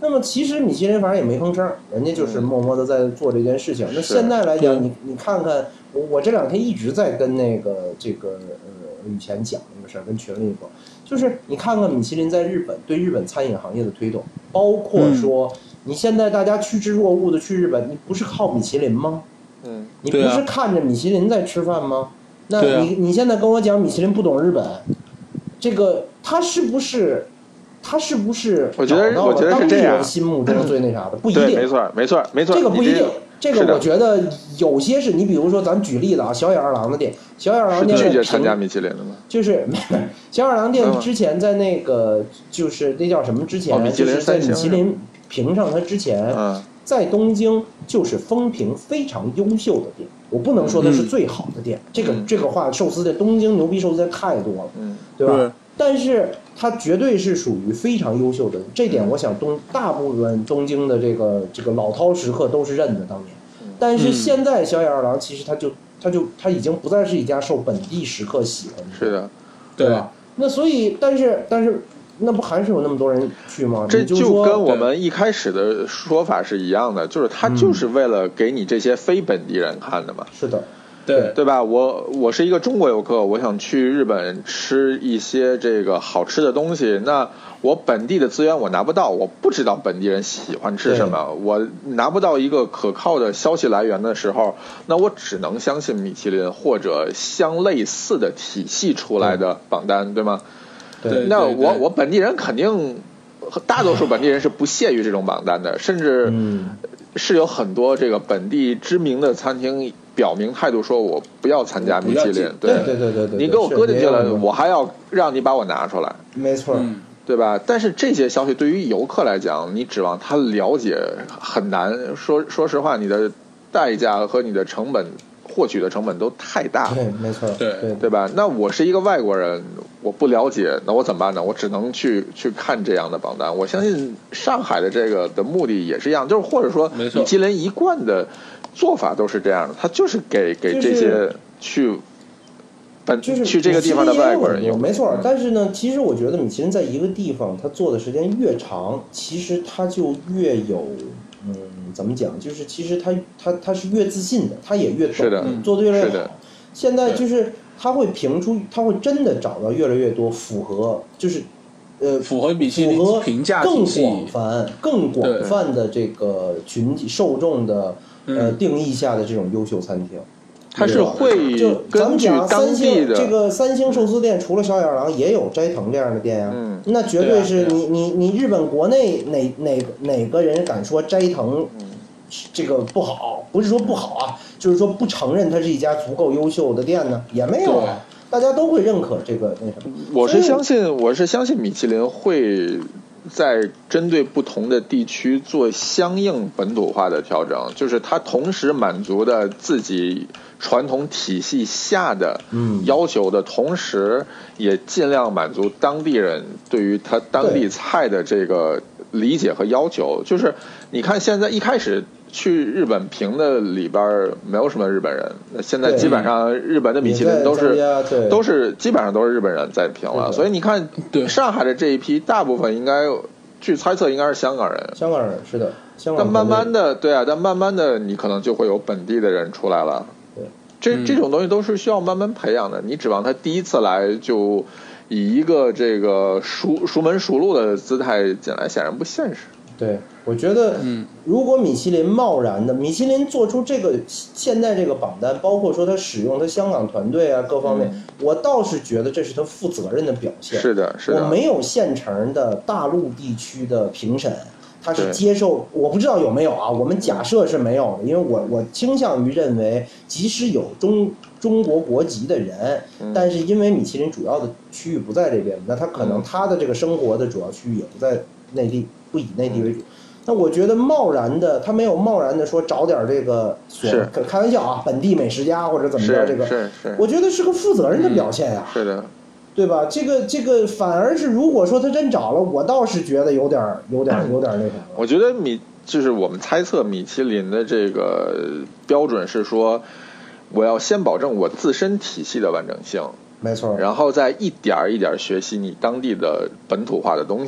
那么其实米其林反正也没吭声，人家就是默默的在做这件事情。那现在来讲，你看看我这2天一直在跟那个以前讲那个事儿，跟群里说，就是你看看米其林在日本对日本餐饮行业的推动，包括说你现在大家趋之若鹜的去日本，你不是靠米其林吗？你不是看着米其林在吃饭吗？那你现在跟我讲米其林不懂日本，这个他是不是我觉得是这样， 心目中最那啥的不一定， 没错， 这个不一定。这个我觉得有些是你比如说咱举例子啊，小野二郎的店，小野二郎店拒绝参加米其林的吗？ 就是小野二郎店之前在那个就是那叫什么之前，就是在米其林评上它之前，在东京就是风评非常优秀的店。我不能说它是最好的店，这个话寿司店东京牛逼寿司店太多了，对吧？但是它绝对是属于非常优秀的，这点我想大部分东京的这个老饕食客都是认的当年。但是现在小野二郎其实它已经不再是一家受本地食客喜欢的， 是的， 对吧？那所以但是那不还是有那么多人去吗？ 这就跟我们一开始的说法是一样的，就是它就是为了给你这些非本地人看的嘛。 是的。 对吧？我是一个中国游客，我想去日本吃一些这个好吃的东西，那我本地的资源我拿不到，我不知道本地人喜欢吃什么，我拿不到一个可靠的消息来源的时候，那我只能相信米其林或者相类似的体系出来的榜单，对吗？ 对。 那我本地人肯定，大多数本地人是不屑于这种榜单的，甚至是有很多这个本地知名的餐厅表明态度说我不要参加米其林， 对， 你给我搁进去了，我还要让你把我拿出来， 没错， 对吧？但是这些消息对于游客来讲，你指望他了解很难，说实话，你的代价和你的成本获取的成本都太大了， 对，没错， 对吧？那我是一个外国人，我不了解，那我怎么办呢？我只能去看这样的榜单。我相信上海的这个的目的也是一样，就是或者说米其林一贯的做法都是这样的，他就是给这些去这个地方的外国人用， 没错。但是呢，其实我觉得米其林在一个地方他做的时间越长，其实他就越有怎么讲？就是其实他是越自信的，他也越懂，做得越来越好。现在就是他会真的找到越来越多符合米其林评价体系更广泛的这个群体受众的定义下的这种优秀餐厅。 它是会根据当地的这个三星寿司店，除了小野二郎，也有斋藤这样的店呀。那绝对是你日本国内哪个人敢说斋藤这个不好？不是说不好啊，就是说不承认它是一家足够优秀的店呢，也没有啊。大家都会认可这个那什么。 我是相信米其林会在针对不同的地区做相应本土化的调整，就是它同时满足的自己传统体系下的要求的同时，也尽量满足当地人对于他当地菜的这个理解和要求。就是你看现在一开始去日本评的里边没有什么日本人，现在基本上日本的米其林都是基本上都是日本人在评了，所以你看上海的这一批大部分应该据猜测应该是香港人是的，香港。 但慢慢的但慢慢的你可能就会有本地的人出来了。这种东西都是需要慢慢培养的，你指望他第一次来就以一个这个熟门熟路的姿态进来，显然不现实。 对，我觉得，如果米其林做出这个现在这个榜单，包括说他使用他香港团队啊各方面，我倒是觉得这是他负责任的表现。 是的， 我没有现成的大陆地区的评审，他是接受，我不知道有没有啊，我们假设是没有的，因为我倾向于认为，即使有中国国籍的人，但是因为米其林主要的区域不在这边，那他可能他的这个生活的主要区域也不在内地。不以内地为主，那我觉得他没有贸然的说找点这个开玩笑啊，本地美食家或者怎么着，这个我觉得是个负责任的表现呀， 是的， 对吧？这个反而是如果说他真找了，我倒是觉得有点那什么。 我觉得就是我们猜测米其林的这个标准是说，我要先保证我自身体系的完整性， 没错， 然后再一点一点学习你当地的本土化的东西。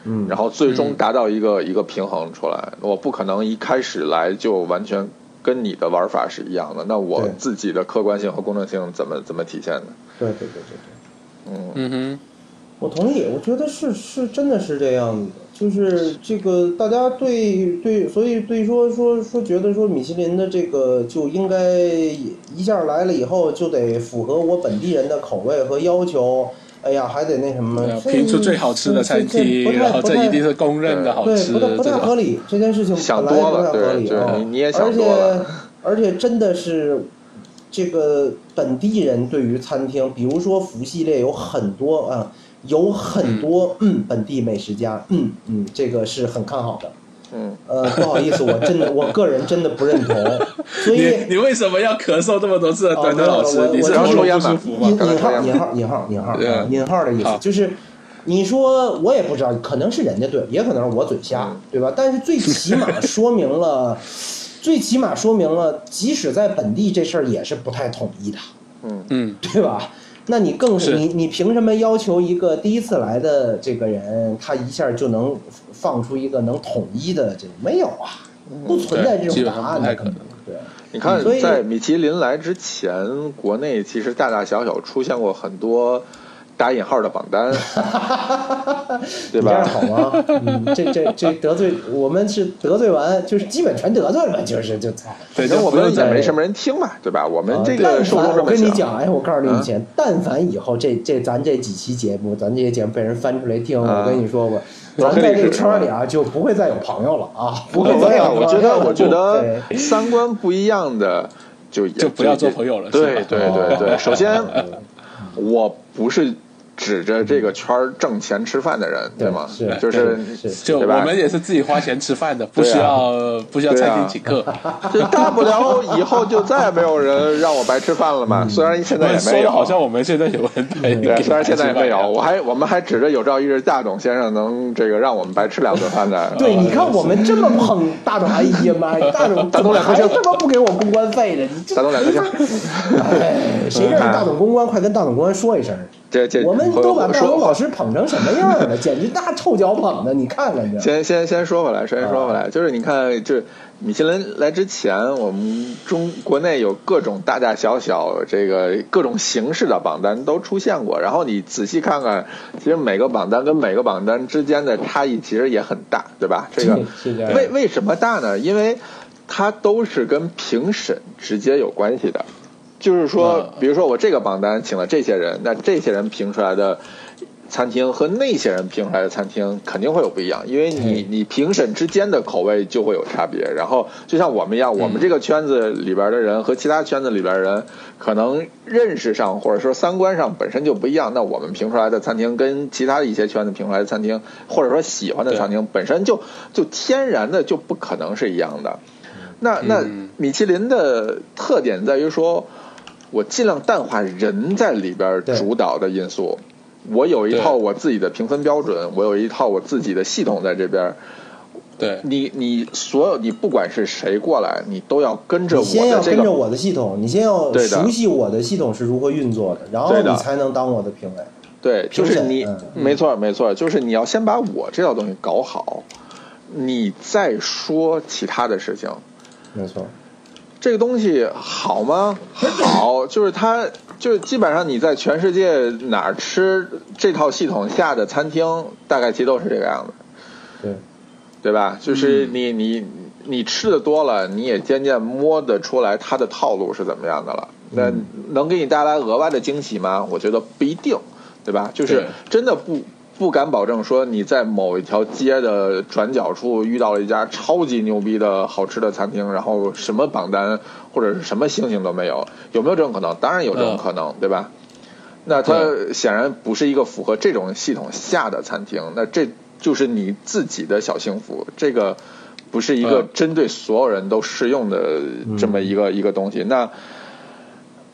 然后最终达到一个平衡出来。我不可能一开始来就完全跟你的玩法是一样的，那我自己的客观性和公正性怎么体现的？ 对，我同意，我觉得是真的是这样子的，就是这个大家对，所以对说觉得说米其林的这个就应该一下来了以后就得符合我本地人的口味和要求。哎呀，还得那什么， 评出最好吃的餐厅，然后这一定是公认的好吃， 对，不太合理。这件事情想多了，对，你也想多了。 而且真的是这个本地人对于餐厅，比如说福系列有很多本地美食家，这个是很看好的。不好意思，我个人真的不认同。所以你为什么要咳嗽这么多次？端端老师，你是刚抽烟吗？ 引号的意思就是，你说我也不知道，可能是人家对，也可能是我嘴瞎，对吧？但是最起码说明了，即使在本地这事儿也是不太统一的，对吧？那你更是你凭什么要求一个第一次来的这个人，他一下就能放出一个能统一的这个？没有啊，不存在这种答案的可能。对， 你看，在米其林来之前，国内其实大大小小出现过很多打引号的榜单，对吧？ 这样好吗？这得罪我们是得罪完，就是基本全得罪了，就操。 反正我们也没什么人听嘛，对吧？我们这个受众这么小。 我跟你讲，我告诉你以前，但凡以后咱这几期节目，咱这些节目被人翻出来听，我跟你说过，咱在这圈里啊，就不会再有朋友了啊，不会再有朋友了。 我觉得三观不一样的就不要做朋友了。 对，首先我不是指着这个圈挣钱吃饭的人，对吗？ 就对吧？ 我们也是自己花钱吃饭的，不需要餐厅请客。 就大不了以后就再也没有人让我白吃饭了嘛。虽然现在也没有， 说的好像我们现在有人对，虽然现在也没有，我们还指着有朝一日大董先生能这个让我们白吃2顿饭的。 对，你看我们这么捧大董，哎呀妈呀，大董 2颗星， 这么不给我公关费的， 大董2颗星。 谁认识大董公关？快跟大董公关说一声。我们都把大董老师捧成什么样了？简直大臭脚捧的，你看看这。 先说回来，就是你看，就是米其林来之前，我们国内有各种大大小小这个各种形式的榜单都出现过，然后你仔细看看，其实每个榜单跟每个榜单之间的差异其实也很大，对吧？这个为什么大呢？因为它都是跟评审直接有关系的。就是说，比如说我这个榜单请了这些人，那这些人评出来的餐厅和那些人评出来的餐厅肯定会有不一样，因为你评审之间的口味就会有差别。然后就像我们一样，我们这个圈子里边的人和其他圈子里边的人可能认识上或者说三观上本身就不一样，那我们评出来的餐厅跟其他一些圈子评出来的餐厅或者说喜欢的餐厅本身就天然的就不可能是一样的。那米其林的特点在于说，我尽量淡化人在里边主导的因素，我有一套我自己的评分标准，我有一套我自己的系统在这边。 对， 你所有你不管是谁过来，你都要跟着我的你先要跟着我的系统，你先要熟悉我的系统是如何运作的，然后你才能当我的评委。 对，就是你没错，就是你要先把我这套东西搞好，你再说其他的事情。 没错。 这个东西好吗？好，就是它，就是基本上你在全世界哪儿吃这套系统下的餐厅，大概其实都是这个样子，对吧？就是你吃的多了，你也渐渐摸得出来它的套路是怎么样的了。那能给你带来额外的惊喜吗？我觉得不一定，对吧？就是真的不敢保证说你在某一条街的转角处遇到了一家超级牛逼的好吃的餐厅，然后什么榜单或者是什么星星都没有，有没有这种可能？当然有这种可能，对吧？那它显然不是一个符合这种系统下的餐厅，那这就是你自己的小幸福，这个不是一个针对所有人都适用的这么一个东西。那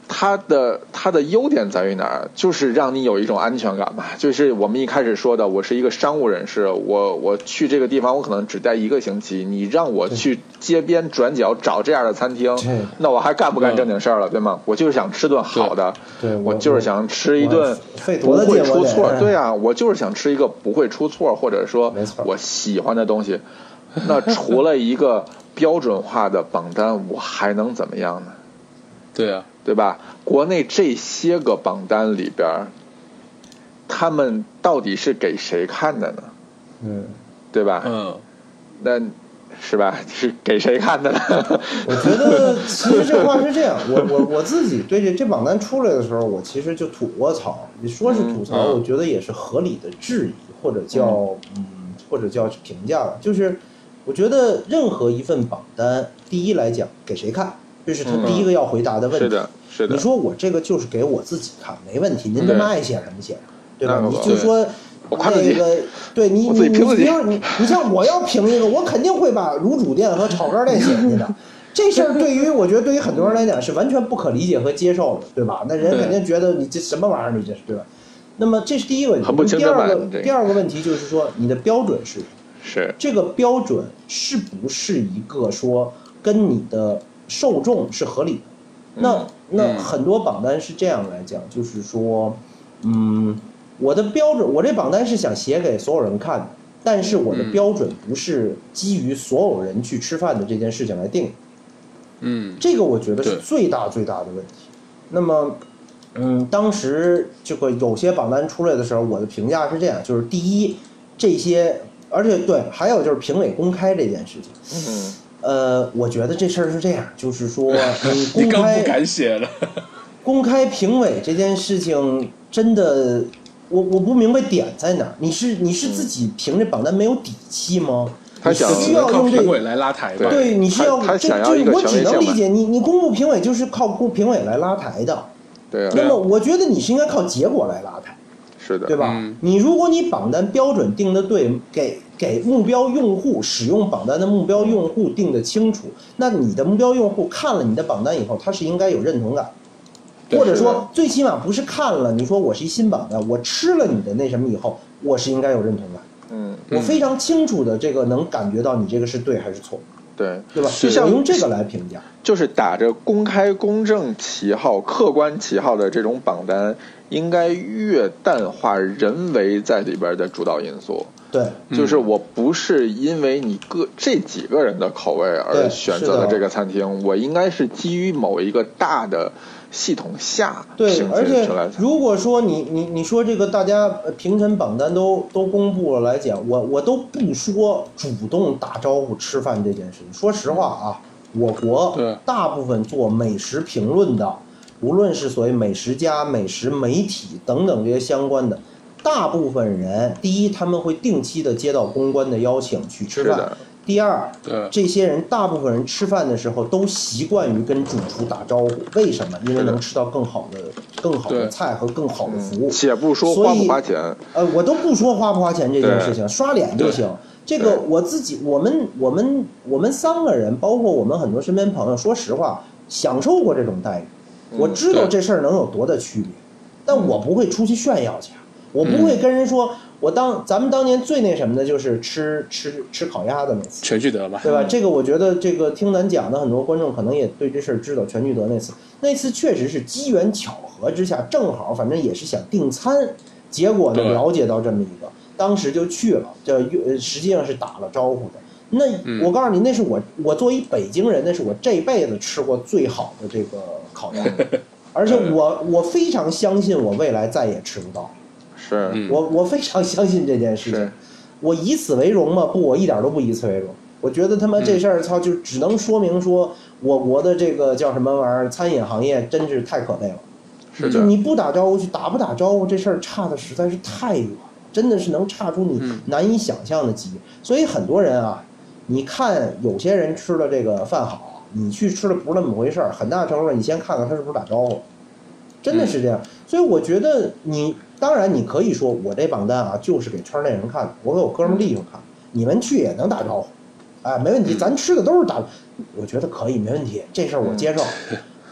它的优点在于哪儿？就是让你有一种安全感嘛。就是我们一开始说的，我是一个商务人士，我去这个地方，我可能只待1个星期。你让我去街边转角找这样的餐厅，那我还干不干正经事儿了，对吗？我就是想吃顿好的，我就是想吃一顿不会出错。对啊，我就是想吃一个不会出错，或者说我喜欢的东西。那除了一个标准化的榜单，我还能怎么样呢？ 对啊。 对吧？国内这些个榜单里边，他们到底是给谁看的呢？对吧？那是吧？是给谁看的呢？ 我觉得其实这话是这样，我自己对这榜单出来的时候，我其实就吐过槽。你说是吐槽，我觉得也是合理的质疑，或者叫评价了。就是我觉得任何一份榜单，第一来讲给谁看，这是他第一个要回答的问题。 是的， 你说我这个就是给我自己看，没问题，您他妈爱写什么写什么，对吧？你就说那个，对你像我要评一个，我肯定会把卤煮店和炒肝店写进去的。这事儿我觉得对于很多人来讲是完全不可理解和接受的，对吧？那人肯定觉得你这什么玩意儿，你这是对吧？那么这是第一个问题。第二个问题就是说你的标准是这个标准是不是一个说跟你的受众是合理的？那很多榜单是这样来讲，就是说，我的标准，我这榜单是想写给所有人看的，但是我的标准不是基于所有人去吃饭的这件事情来定。这个我觉得是最大的问题。那么，当时这个有些榜单出来的时候，我的评价是这样，就是第一，这些，而且对，还有就是评委公开这件事情。我觉得这事儿是这样，就是说， 你更不敢写了。 公开评委这件事情真的，我不明白点在哪儿。你是自己评这榜单没有底气吗？ 他想需要用评委来拉抬吧？ 对，你是要他想要一个我只能理解你公布评委就是靠评委来拉抬的。 对啊。 那么我觉得你是应该靠结果来拉抬。 是的， 对吧？如果你榜单标准定的对，给目标用户使用榜单的目标用户定的清楚，那你的目标用户看了你的榜单以后，他是应该有认同感，或者说最起码不是看了你说我是一新榜单，我吃了你的那什么以后，我是应该有认同感。我非常清楚的这个能感觉到你这个是对还是错。对吧？就像用这个来评价， 就是打着公开公正旗号、客观旗号的这种榜单，应该越淡化人为在里边的主导因素。 对， 就是我不是因为你这几个人的口味而选择了这个餐厅，我应该是基于某一个大的系统下对，而且如果说你说这个大家评审榜单都公布了来讲，我都不说主动打招呼吃饭这件事情。说实话啊，我国大部分做美食评论的，无论是所谓美食家、美食媒体等等这些相关的，大部分人，第一他们会定期的接到公关的邀请去吃饭。第二，这些人大部分人吃饭的时候都习惯于跟主厨打招呼，为什么？因为能吃到更好的菜和更好的服务。 且不说花不花钱， 我都不说花不花钱这件事情，刷脸就行。这个我自己，我们三个人，包括我们很多身边朋友，说实话，享受过这种待遇，我知道这事儿能有多大区别，但我不会出去炫耀去，我不会跟人说。咱们当年最那什么的就是吃烤鸭的那次， 全聚德嘛， 对吧？这个我觉得这个听咱讲的很多观众可能也对这事儿知道。全聚德那次确实是机缘巧合之下，正好反正也是想订餐，结果呢了解到这么一个，当时就去了，实际上是打了招呼的。那我告诉你，那是我作为一北京人，那是我这辈子吃过最好的这个烤鸭，而且我非常相信我未来再也吃不到。 是我非常相信这件事情，我以此为荣吗？不，我一点都不以此为荣。我觉得他妈这事儿就只能说明说我国的这个叫什么玩意儿，餐饮行业真是太可悲了。就你不打招呼去打不打招呼这事儿差的实在是太远了，真的是能差出你难以想象的级别。所以很多人啊，你看有些人吃了这个饭好，你去吃了不是那么回事儿，很大程度上你先看看他是不是打招呼，真的是这样。所以我觉得当然你可以说我这榜单啊就是给圈内人看的，我给我哥们弟兄看，你们去也能打招呼，没问题，咱吃的都是我觉得可以没问题，这事儿我接受。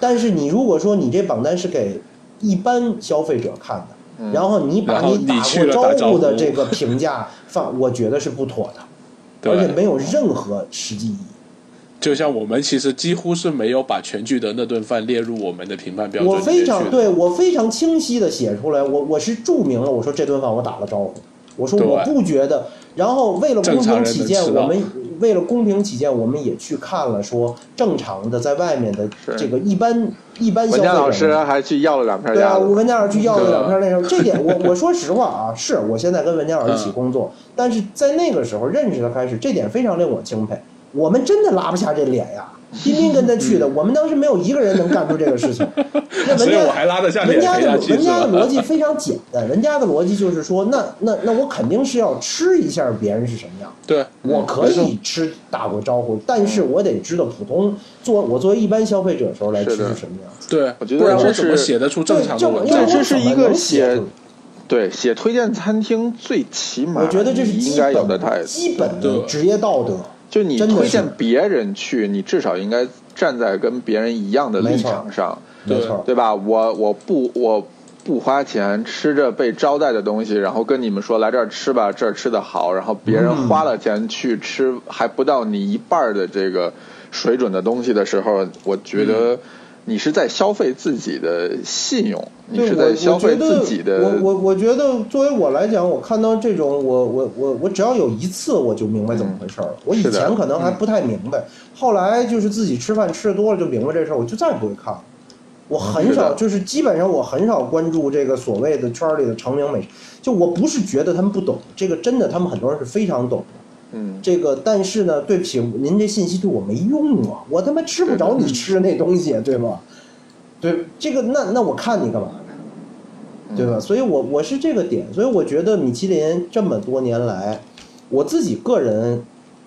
但是你如果说你这榜单是给一般消费者看的，然后你把你打过招呼的这个评价放，我觉得是不妥的，而且没有任何实际意义。 就像我们其实几乎是没有把全聚德那顿饭列入我们的评判标准。 我非常清晰的写出来，我是注明了，我说这顿饭我打了招呼，我说我不觉得。然后为了公平起见，我们也去看了，说正常的在外面的这个一般消费者。文佳老师还去要了2片。 对啊，文佳老师去要了2片那时候，这点我说实话啊，是我现在跟文佳老师一起工作，但是在那个时候认识他开始，这点非常令我钦佩。我们真的拉不下这脸呀，拼命跟他去的。我们当时没有一个人能干出这个事情。那所以我还拉得下脸。 文佳的逻辑非常简单，文佳的逻辑就是说，那我肯定是要吃一下别人是什么样。 对， 我可以吃打过招呼，但是我得知道我作为一般消费者的时候来吃是什么样子。 对， 我觉得不然我怎么写得出正常的文章？ 这是一个写推荐餐厅最起码， 我觉得这是应该有的态度， 基本的职业道德。 就你推荐别人去，你至少应该站在跟别人一样的立场上，对吧？我不花钱吃着被招待的东西，然后跟你们说来这儿吃吧，这儿吃的好，然后别人花了钱去吃还不到你一半的这个水准的东西的时候，我觉得你是在消费自己的信用，你是在消费自己的。 我觉得作为我来讲，我看到这种，我只要有一次我就明白怎么回事了。我以前可能还不太明白，后来就是自己吃饭吃的多了就明白这事儿，我就再也不会看了。我很少，就是基本上我很少关注这个所谓的圈里的成名美食。就我不是觉得他们不懂这个，真的他们很多人是非常懂的。这个但是呢，对不起，您这信息对我没用啊，我他妈吃不着你吃的那东西，对吗？对，这个那我看你干嘛呢？对吧？所以我是这个点，所以我觉得米其林这么多年来，我自己个人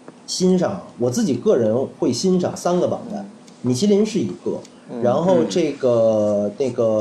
会欣赏3个榜单，米其林是一个，然后这个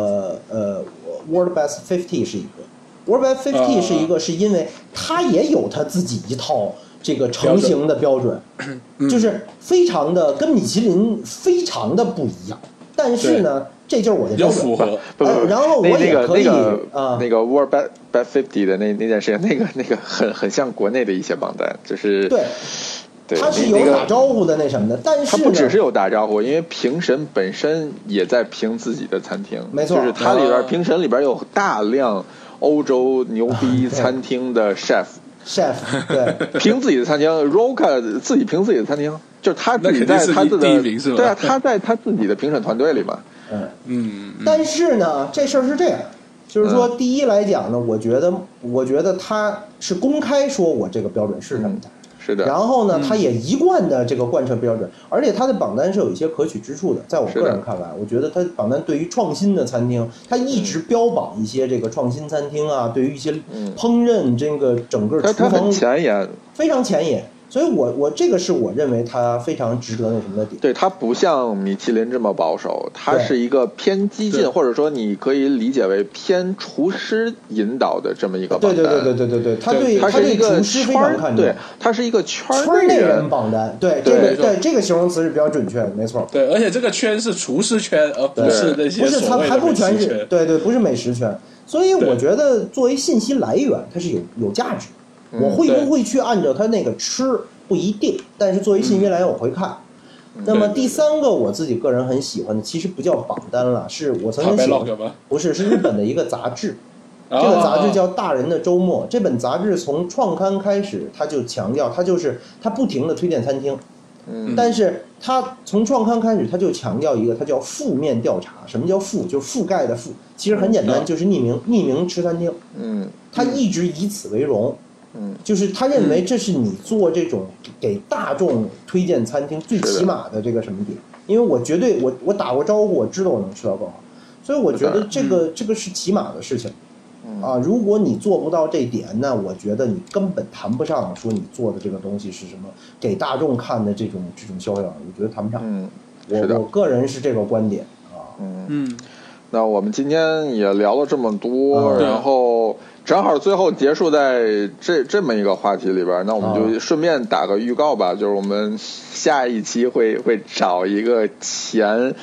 World Best 50是一个。World Best 50是一个，是因为它也有它自己一套这个成型的标准，就是非常的跟米其林非常的不一样。但是呢，这就是我的标准。 符合。 然后我也可以那个 World Best 50的那件事情，那个很像国内的一些榜单，就是对，他是有打招呼的那什么的，但是他不只是有打招呼，因为评审本身也在评自己的餐厅， 没错， 就是它里边评审里边有大量欧洲牛逼餐厅的 chef 对，评自己的餐厅 ，Roca 自己评自己的餐厅，就是他自己在他的对啊，他在他自己的评审团队里嘛。 但是呢，这事儿是这样，就是说，第一来讲呢，我觉得他是公开说我这个标准是什么的。 是的， 然后呢，他也一贯的这个贯彻标准，而且他的榜单是有一些可取之处的。在我个人看来，我觉得他榜单对于创新的餐厅，他一直标榜一些这个创新餐厅啊，对于一些烹饪这个整个厨房很前沿， 非常前沿。所以我这个是我认为它非常值得那什么的点。 对，它不像米其林这么保守，它是一个偏激进，或者说你可以理解为偏厨师引导的这么一个榜单。 对，它是一个厨师非常看重， 对，它是一个圈内人榜单。对，这个形容词是比较准确的，没错。 对，而且这个圈是厨师圈，而不是那些所谓的美食圈。 还不全是，对，不是美食圈。所以我觉得作为信息来源，它是有价值。我会不会去按照他那个吃不一定，但是作为信息来源我会看。那么第3个我自己个人很喜欢的，其实不叫榜单了，是我曾经喜欢，不是日本的一个杂志，这个杂志叫《大人的周末》。这本杂志从创刊开始，他就强调，他不停的推荐餐厅，但是他从创刊开始，他就强调一个，他叫覆面调查。什么叫覆？就是覆盖的覆，其实很简单，就是匿名吃餐厅。他一直以此为荣。就是他认为这是你做这种给大众推荐餐厅最起码的这个什么点，因为我绝对我打过招呼，我知道我能吃到更好，所以我觉得这个是起码的事情啊。如果你做不到这点，那我觉得你根本谈不上说你做的这个东西是什么给大众看的这种销量，我觉得谈不上。我个人是这个观点啊。 那我们今天也聊了这么多，然后正好最后结束在这么一个话题里边，那我们就顺便打个预告吧，就是我们下一期会找一个前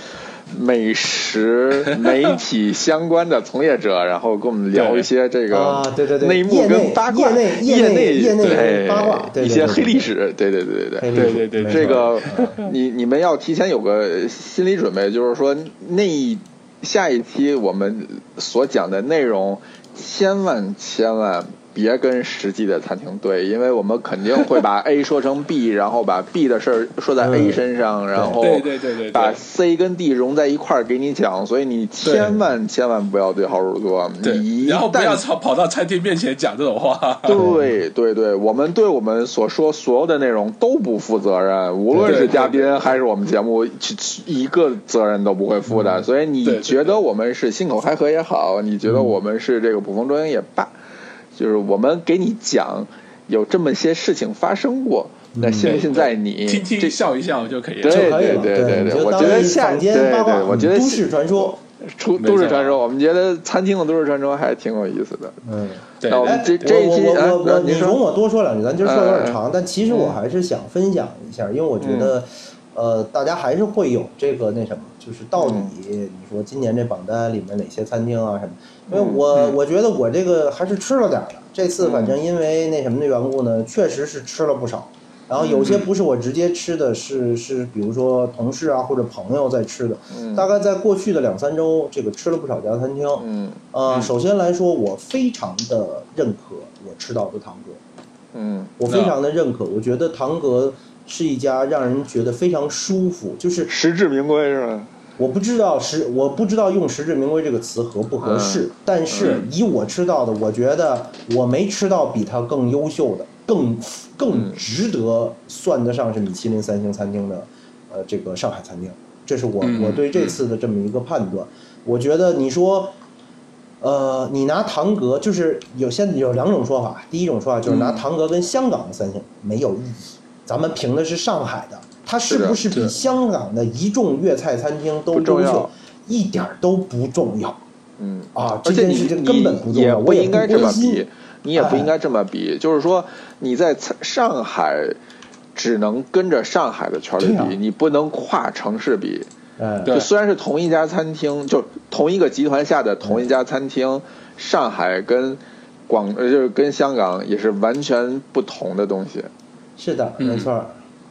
美食媒体相关的从业者，然后跟我们聊一些这个内幕跟八卦，业内八卦， 一些黑历史，对，这个你们要提前有个心理准备，就是说下一期我们所讲的内容，千万别跟实际的餐厅对，因为我们肯定会把 A 说成 B， 然后把 B 的事儿说在 A 身上，然后把 C 跟 D 融在一块儿给你讲，所以你千万不要对号入座。 然后不要跑到餐厅面前讲这种话。 对，我们对我们所说所有的内容都不负责任，无论是嘉宾还是我们节目，一个责任都不会负的。所以你觉得我们是信口开河也好，你觉得我们是这个捕风捉影也罢。就是我们给你讲有这么些事情发生过，那信不信在你听笑一笑就可以了。 对，我觉得我觉得都市传说， 都市传说，我们觉得餐厅的都市传说还挺有意思的。那我们这一期你容我多说两句，咱今儿说有点长，但其实我还是想分享一下，因为我觉得大家还是会有这个那什么，就是到底你说今年这榜单里面哪些餐厅啊什么。因为我觉得我这个还是吃了点的，这次反正因为那什么的缘故呢，确实是吃了不少。然后有些不是我直接吃的，是比如说同事啊或者朋友在吃的。大概在过去的2-3周，这个吃了不少家餐厅。首先来说，我非常的认可我吃到的堂哥。我非常的认可，我觉得堂哥是一家让人觉得非常舒服，就是实至名归，是吧？ 我不知道用实至名归这个词合不合适，但是以我吃到的，我觉得我没吃到比他更优秀的、更值得算得上是米其林3星餐厅的，这个上海餐厅。这是我对这次的这么一个判断。我觉得你说，你拿堂哥，就是现在有2种说法，第一种说法就是拿堂哥跟香港的3星没有意义，咱们评的是上海的。它是不是比香港的一众粤菜餐厅都优秀？一点都不重要。这件事情根本不重要。 我也不应该这么比，你也不应该这么比。就是说，你在上海只能跟着上海的圈里比，你不能跨城市比。就虽然是同一家餐厅，就同一个集团下的同一家餐厅，上海跟就是跟香港也是完全不同的东西。 是的，没错。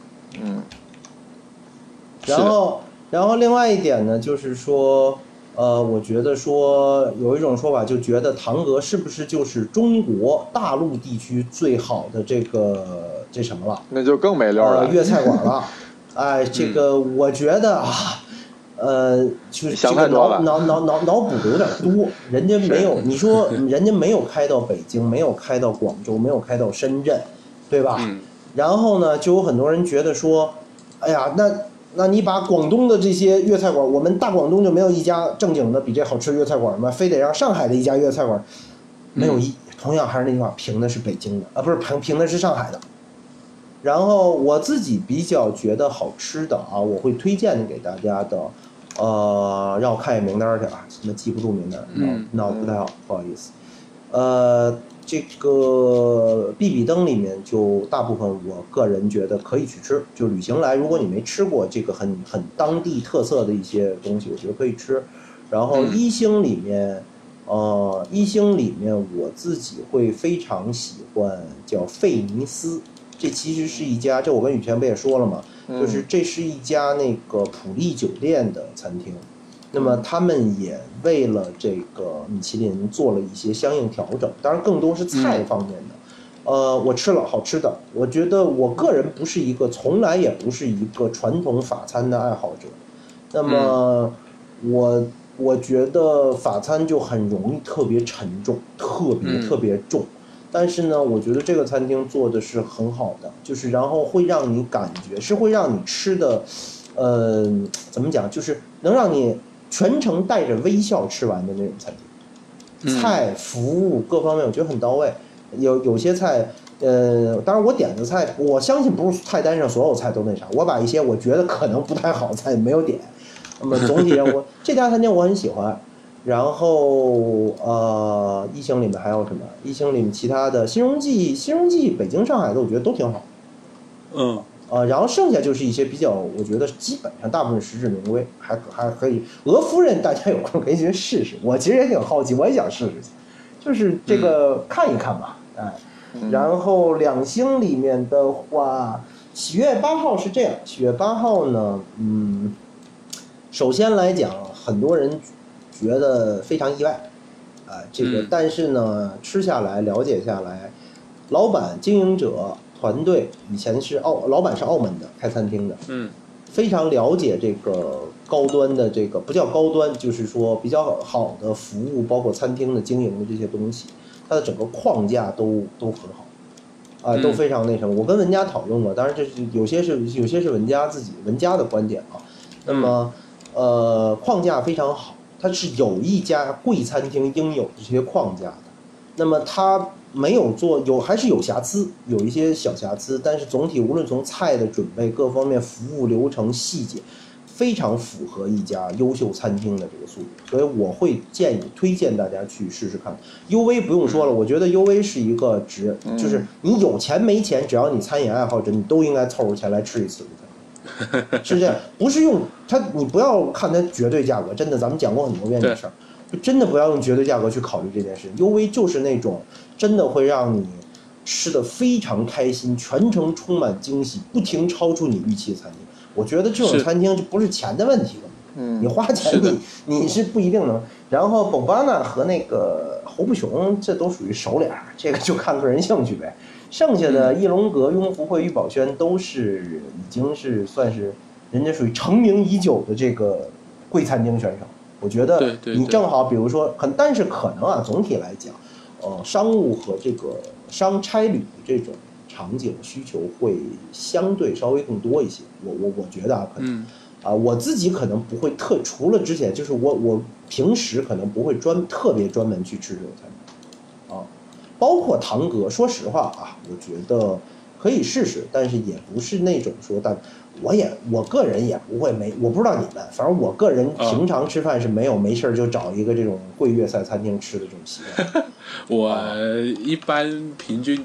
然后另外一点呢，就是说，我觉得说有一种说法，就觉得堂哥是不是就是中国大陆地区最好的这什么了？ 那就更没溜了， 粤菜馆了。这个我觉得就是这个脑补的有点多。人家没有，你说人家没有开到北京，没有开到广州，没有开到深圳，对吧？然后呢，就有很多人觉得说，哎呀，那你把广东的这些粤菜馆，我们大广东就没有一家正经的比这好吃粤菜馆吗？非得让上海的一家粤菜馆没有同样还是那句话，评的是北京的不是评的是上海的。然后我自己比较觉得好吃的我会推荐给大家的，让我看一眼名单去什么记不住名单，脑子不太好，不好意思。这个必比登里面就大部分我个人觉得可以去吃，就旅行来如果你没吃过这个很当地特色的一些东西，我觉得可以吃。然后1星里面我自己会非常喜欢叫费尼斯，这其实是一家，这我跟雨前不也说了嘛，就是这是一家那个普利酒店的餐厅。那么他们也为了这个米其林做了一些相应调整，当然更多是菜方面的。我吃了好吃的，我觉得我个人从来也不是一个传统法餐的爱好者。那么我觉得法餐就很容易特别沉重，特别重。但是呢，我觉得这个餐厅做的是很好的，就是然后会让你感觉是会让你吃的，怎么讲，就是能让你全程带着微笑吃完的那种餐厅，菜服务各方面我觉得很到位。有些菜，当然我点的菜，我相信不是菜单上所有菜都那啥，我把一些我觉得可能不太好的菜没有点。那么总体上这家餐厅我很喜欢。然后1星里面还有什么？1星里面其他的新荣记、北京、上海的我觉得都挺好。 然后剩下就是一些比较，我觉得基本上大部分实至名归，还可以。俄夫人大家有空可以去试试，我其实也挺好奇，我也想试试，就是这个看一看吧，哎。然后两星里面的话，喜悦8号是这样，喜悦8号呢，首先来讲，很多人觉得非常意外，这个但是呢，吃下来了解下来，老板经营者。团队以前是老板是澳门的，开餐厅的，非常了解这个高端的这个不叫高端，就是说比较好的服务，包括餐厅的经营的这些东西，它的整个框架都很好，都非常那什么。我跟文家讨论过，当然这是有些是文家的观点啊。那么框架非常好，它是有一家贵餐厅应有的这些框架的。那么它没有做还是有瑕疵，有一些小瑕疵，但是总体无论从菜的准备各方面、服务流程细节，非常符合一家优秀餐厅的这个素质，所以我会推荐大家去试试看。UV 不用说了，我觉得 UV 是一个就是你有钱没钱，只要你餐饮爱好者，你都应该凑合钱来吃一次。是这样，不是用它，你不要看它绝对价格，真的，咱们讲过很多遍这事儿。真的不要用绝对价格去考虑这件事。UV 就是那种真的会让你吃得非常开心，全程充满惊喜，不停超出你预期的餐厅。我觉得这种餐厅就不是钱的问题了，你花钱你是不一定能。然后宝巴纳和那个侯不雄这都属于熟脸，这个就看个人兴趣呗。剩下的翼龙阁、雍福会、玉宝轩都是已经是算是人家属于成名已久的这个贵餐厅选手。我觉得你正好，比如说但是可能总体来讲，商务和这个商差旅的这种场景需求会相对稍微更多一些。我觉得可能我自己可能不会除了之前，就是我平时可能不会特别专门去吃这种餐厅包括堂哥，说实话我觉得可以试试，但是也不是那种说我个人也不会我不知道你们，反正我个人平常吃饭是没事就找一个这种贵粤菜餐厅吃的这种习惯。 我一般平均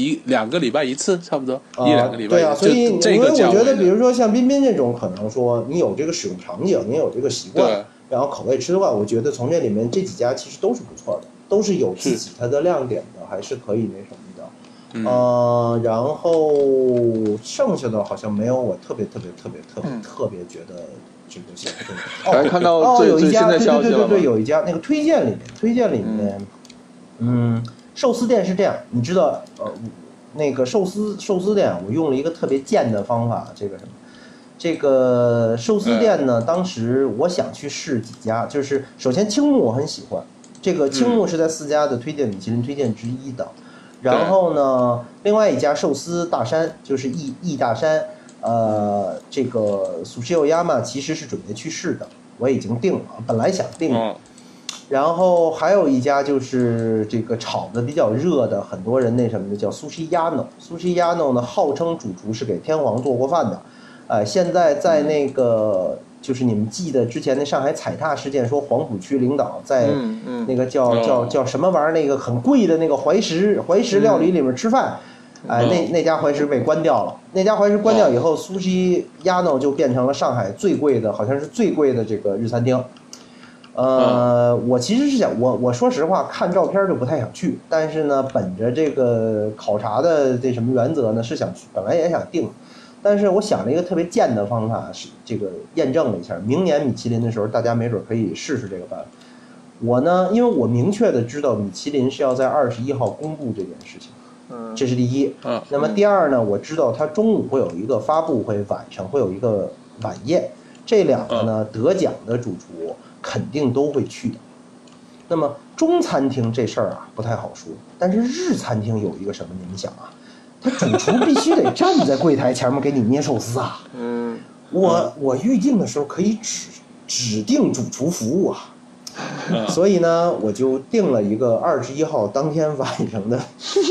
2个礼拜一次，差不多1-2个礼拜一次。对所以因为我觉得，比如说像彬彬这种，可能说你有这个使用场景，你有这个习惯，然后口味吃的话，我觉得从这里面这几家其实都是不错的，都是有自己它的亮点的，还是可以那什么。然后剩下的好像没有我特别觉得这个想还看到有一家对， 有一家那个推荐里面，寿司店是这样，你知道那个寿司店，我用了一个特别贱的方法，这个寿司店呢，当时我想去试几家，就是首先青木我很喜欢，这个青木是在4家的米其林推荐之一的。然后呢，另外一家寿司大山就是义大山，这个Sushi Oyama其实是准备去试的，我已经定了，本来想定的。然后还有一家就是这个炒的比较热的，很多人那什么的叫Sushi Yano。Sushi Yano 呢，号称主厨是给天皇做过饭的，现在在那个。就是你们记得之前的上海踩踏事件，说黄浦区领导在那个叫什么玩意儿，那个很贵的那个怀石料理里面吃饭，那家怀石被关掉了。那家怀石关掉以后，Sushi Yano 就变成了上海最贵的，好像是最贵的这个日餐厅。我其实是想，我说实话，看照片就不太想去，但是呢，本着这个考察的这什么原则呢，是想去，本来也想定。但是我想了一个特别贱的方法，是这个验证了一下，明年米其林的时候，大家没准可以试试这个办法。我呢，因为我明确的知道米其林是要在21号公布这件事情，这是第一。那么第二呢，我知道他中午会有一个发布会，晚上会有一个晚宴，这2个呢得奖的主厨肯定都会去的。那么中餐厅这事儿不太好说，但是日餐厅有一个什么，你们想他主厨必须得站在柜台前面给你捏寿司我预定的时候可以指定主厨服务所以呢，我就定了一个21号当天晚上的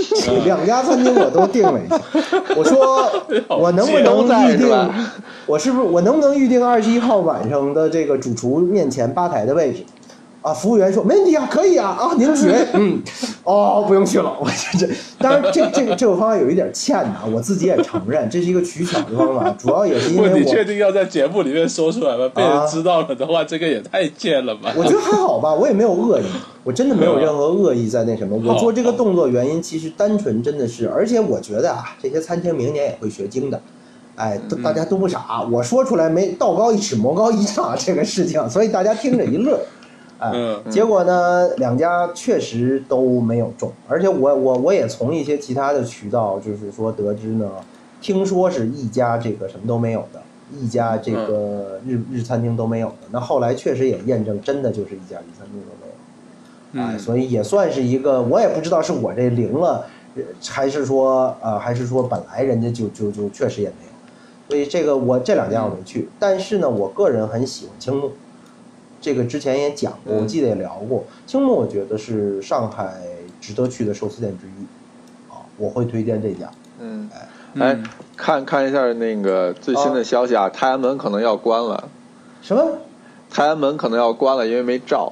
2家餐厅我都定了一下。我说我能不能预定，我能不能预定21号晚上的这个主厨面前吧台的位置？ 啊，服务员说没问题啊，可以啊，您去，不用去了，我这，当然这个方法有一点欠的，我自己也承认，这是一个取巧的方法，主要也是因为你确定要在节目里面说出来吗？被人知道了的话，这个也太贱了吧？ 我觉得还好吧，我也没有恶意，我真的没有任何恶意在那什么，我做这个动作原因其实单纯真的是，而且我觉得啊，这些餐厅明年也会学精的。哎，大家都不傻，我说出来没道高一尺魔高一丈这个事情，所以大家听着一乐。结果呢，两家确实都没有中，而且我也从一些其他的渠道，就是说得知呢，听说是一家这个什么都没有的，一家这个日餐厅都没有的。那后来确实也验证，真的就是一家日餐厅都没有。所以也算是一个，我也不知道是我这灵了，还是说本来人家就确实也没有。所以这个我这两家我没去，但是呢，我个人很喜欢青木，这个之前也讲过，我记得也聊过。青木我觉得是上海值得去的寿司店之一，我会推荐这家。 看一下那个最新的消息啊，泰安门可能要关了。 什么？ 泰安门可能要关了，因为没照。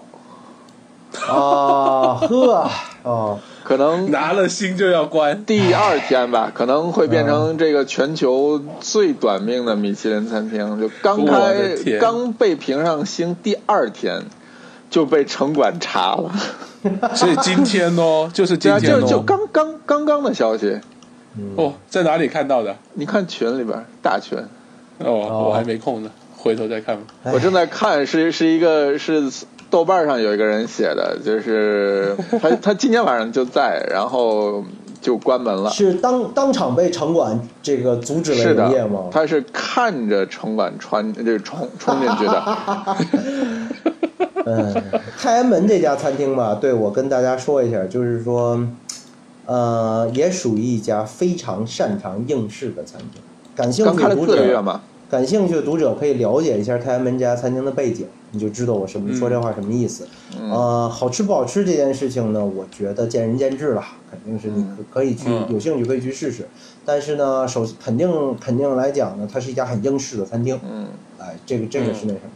可能拿了星就要关， 第2天吧，可能会变成这个全球最短命的米其林餐厅，就刚被评上星第2天就被城管查了， 所以今天就是今天就刚刚的消息。 在哪里看到的？ 你看群里边大群。 我还没空呢，回头再看吧。 我正在看，是豆瓣上有一个人写的，就是他今天晚上就在，然后就关门了。 是当场被城管这个阻止了营业吗？ 他是看着城管冲进去的。 泰安门这家餐厅吧，对，我跟大家说一下，就是说，也属于一家非常擅长应试的餐厅。感兴趣的读者，感兴趣的读者可以了解一下泰安门这家餐厅的背景，你就知道我说这话什么意思。好吃不好吃这件事情呢，我觉得见仁见智了，肯定是你可以去，有兴趣可以去试试。但是呢，肯定来讲呢，它是一家很应试的餐厅。这个是那什么的。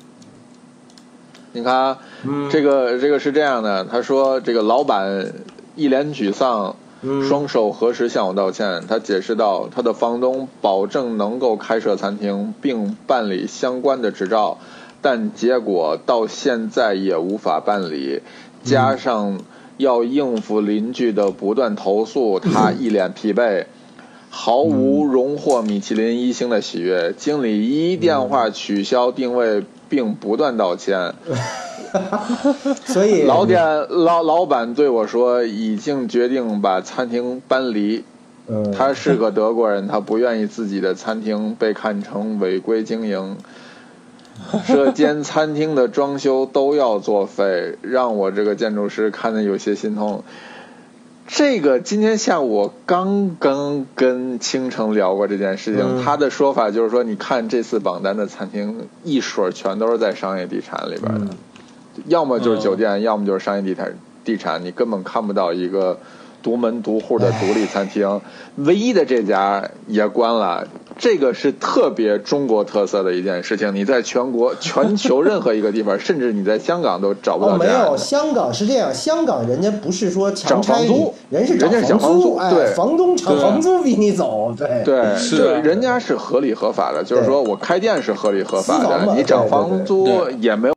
你看，这个是这样的，他说这个老板一脸沮丧。双手合十向我道歉。他解释道，他的房东保证能够开设餐厅并办理相关的执照，但结果到现在也无法办理，加上要应付邻居的不断投诉，他一脸疲惫，毫无荣获米其林1星的喜悦。经理一电话取消定位并不断道歉。 所以老板对我说，已经决定把餐厅搬离。他是个德国人，他不愿意自己的餐厅被看成违规经营。这间餐厅的装修都要作废，让我这个建筑师看得有些心痛。这个今天下午我刚刚跟倾城聊过这件事情，他的说法就是说，你看这次榜单的餐厅一水全都是在商业地产里边的。要么就是酒店，要么就是商业地产，你根本看不到一个独门独户的独立餐厅。唯一的这家也关了，这个是特别中国特色的一件事情。你在全球任何一个地方，甚至你在香港都找不到这样的。 没有，香港是这样，香港人家不是说强拆你，人是涨房租， 对，房东涨房租逼你走， 对，是人家是合理合法的，就是说我开店是合理合法的，你涨房租也没有。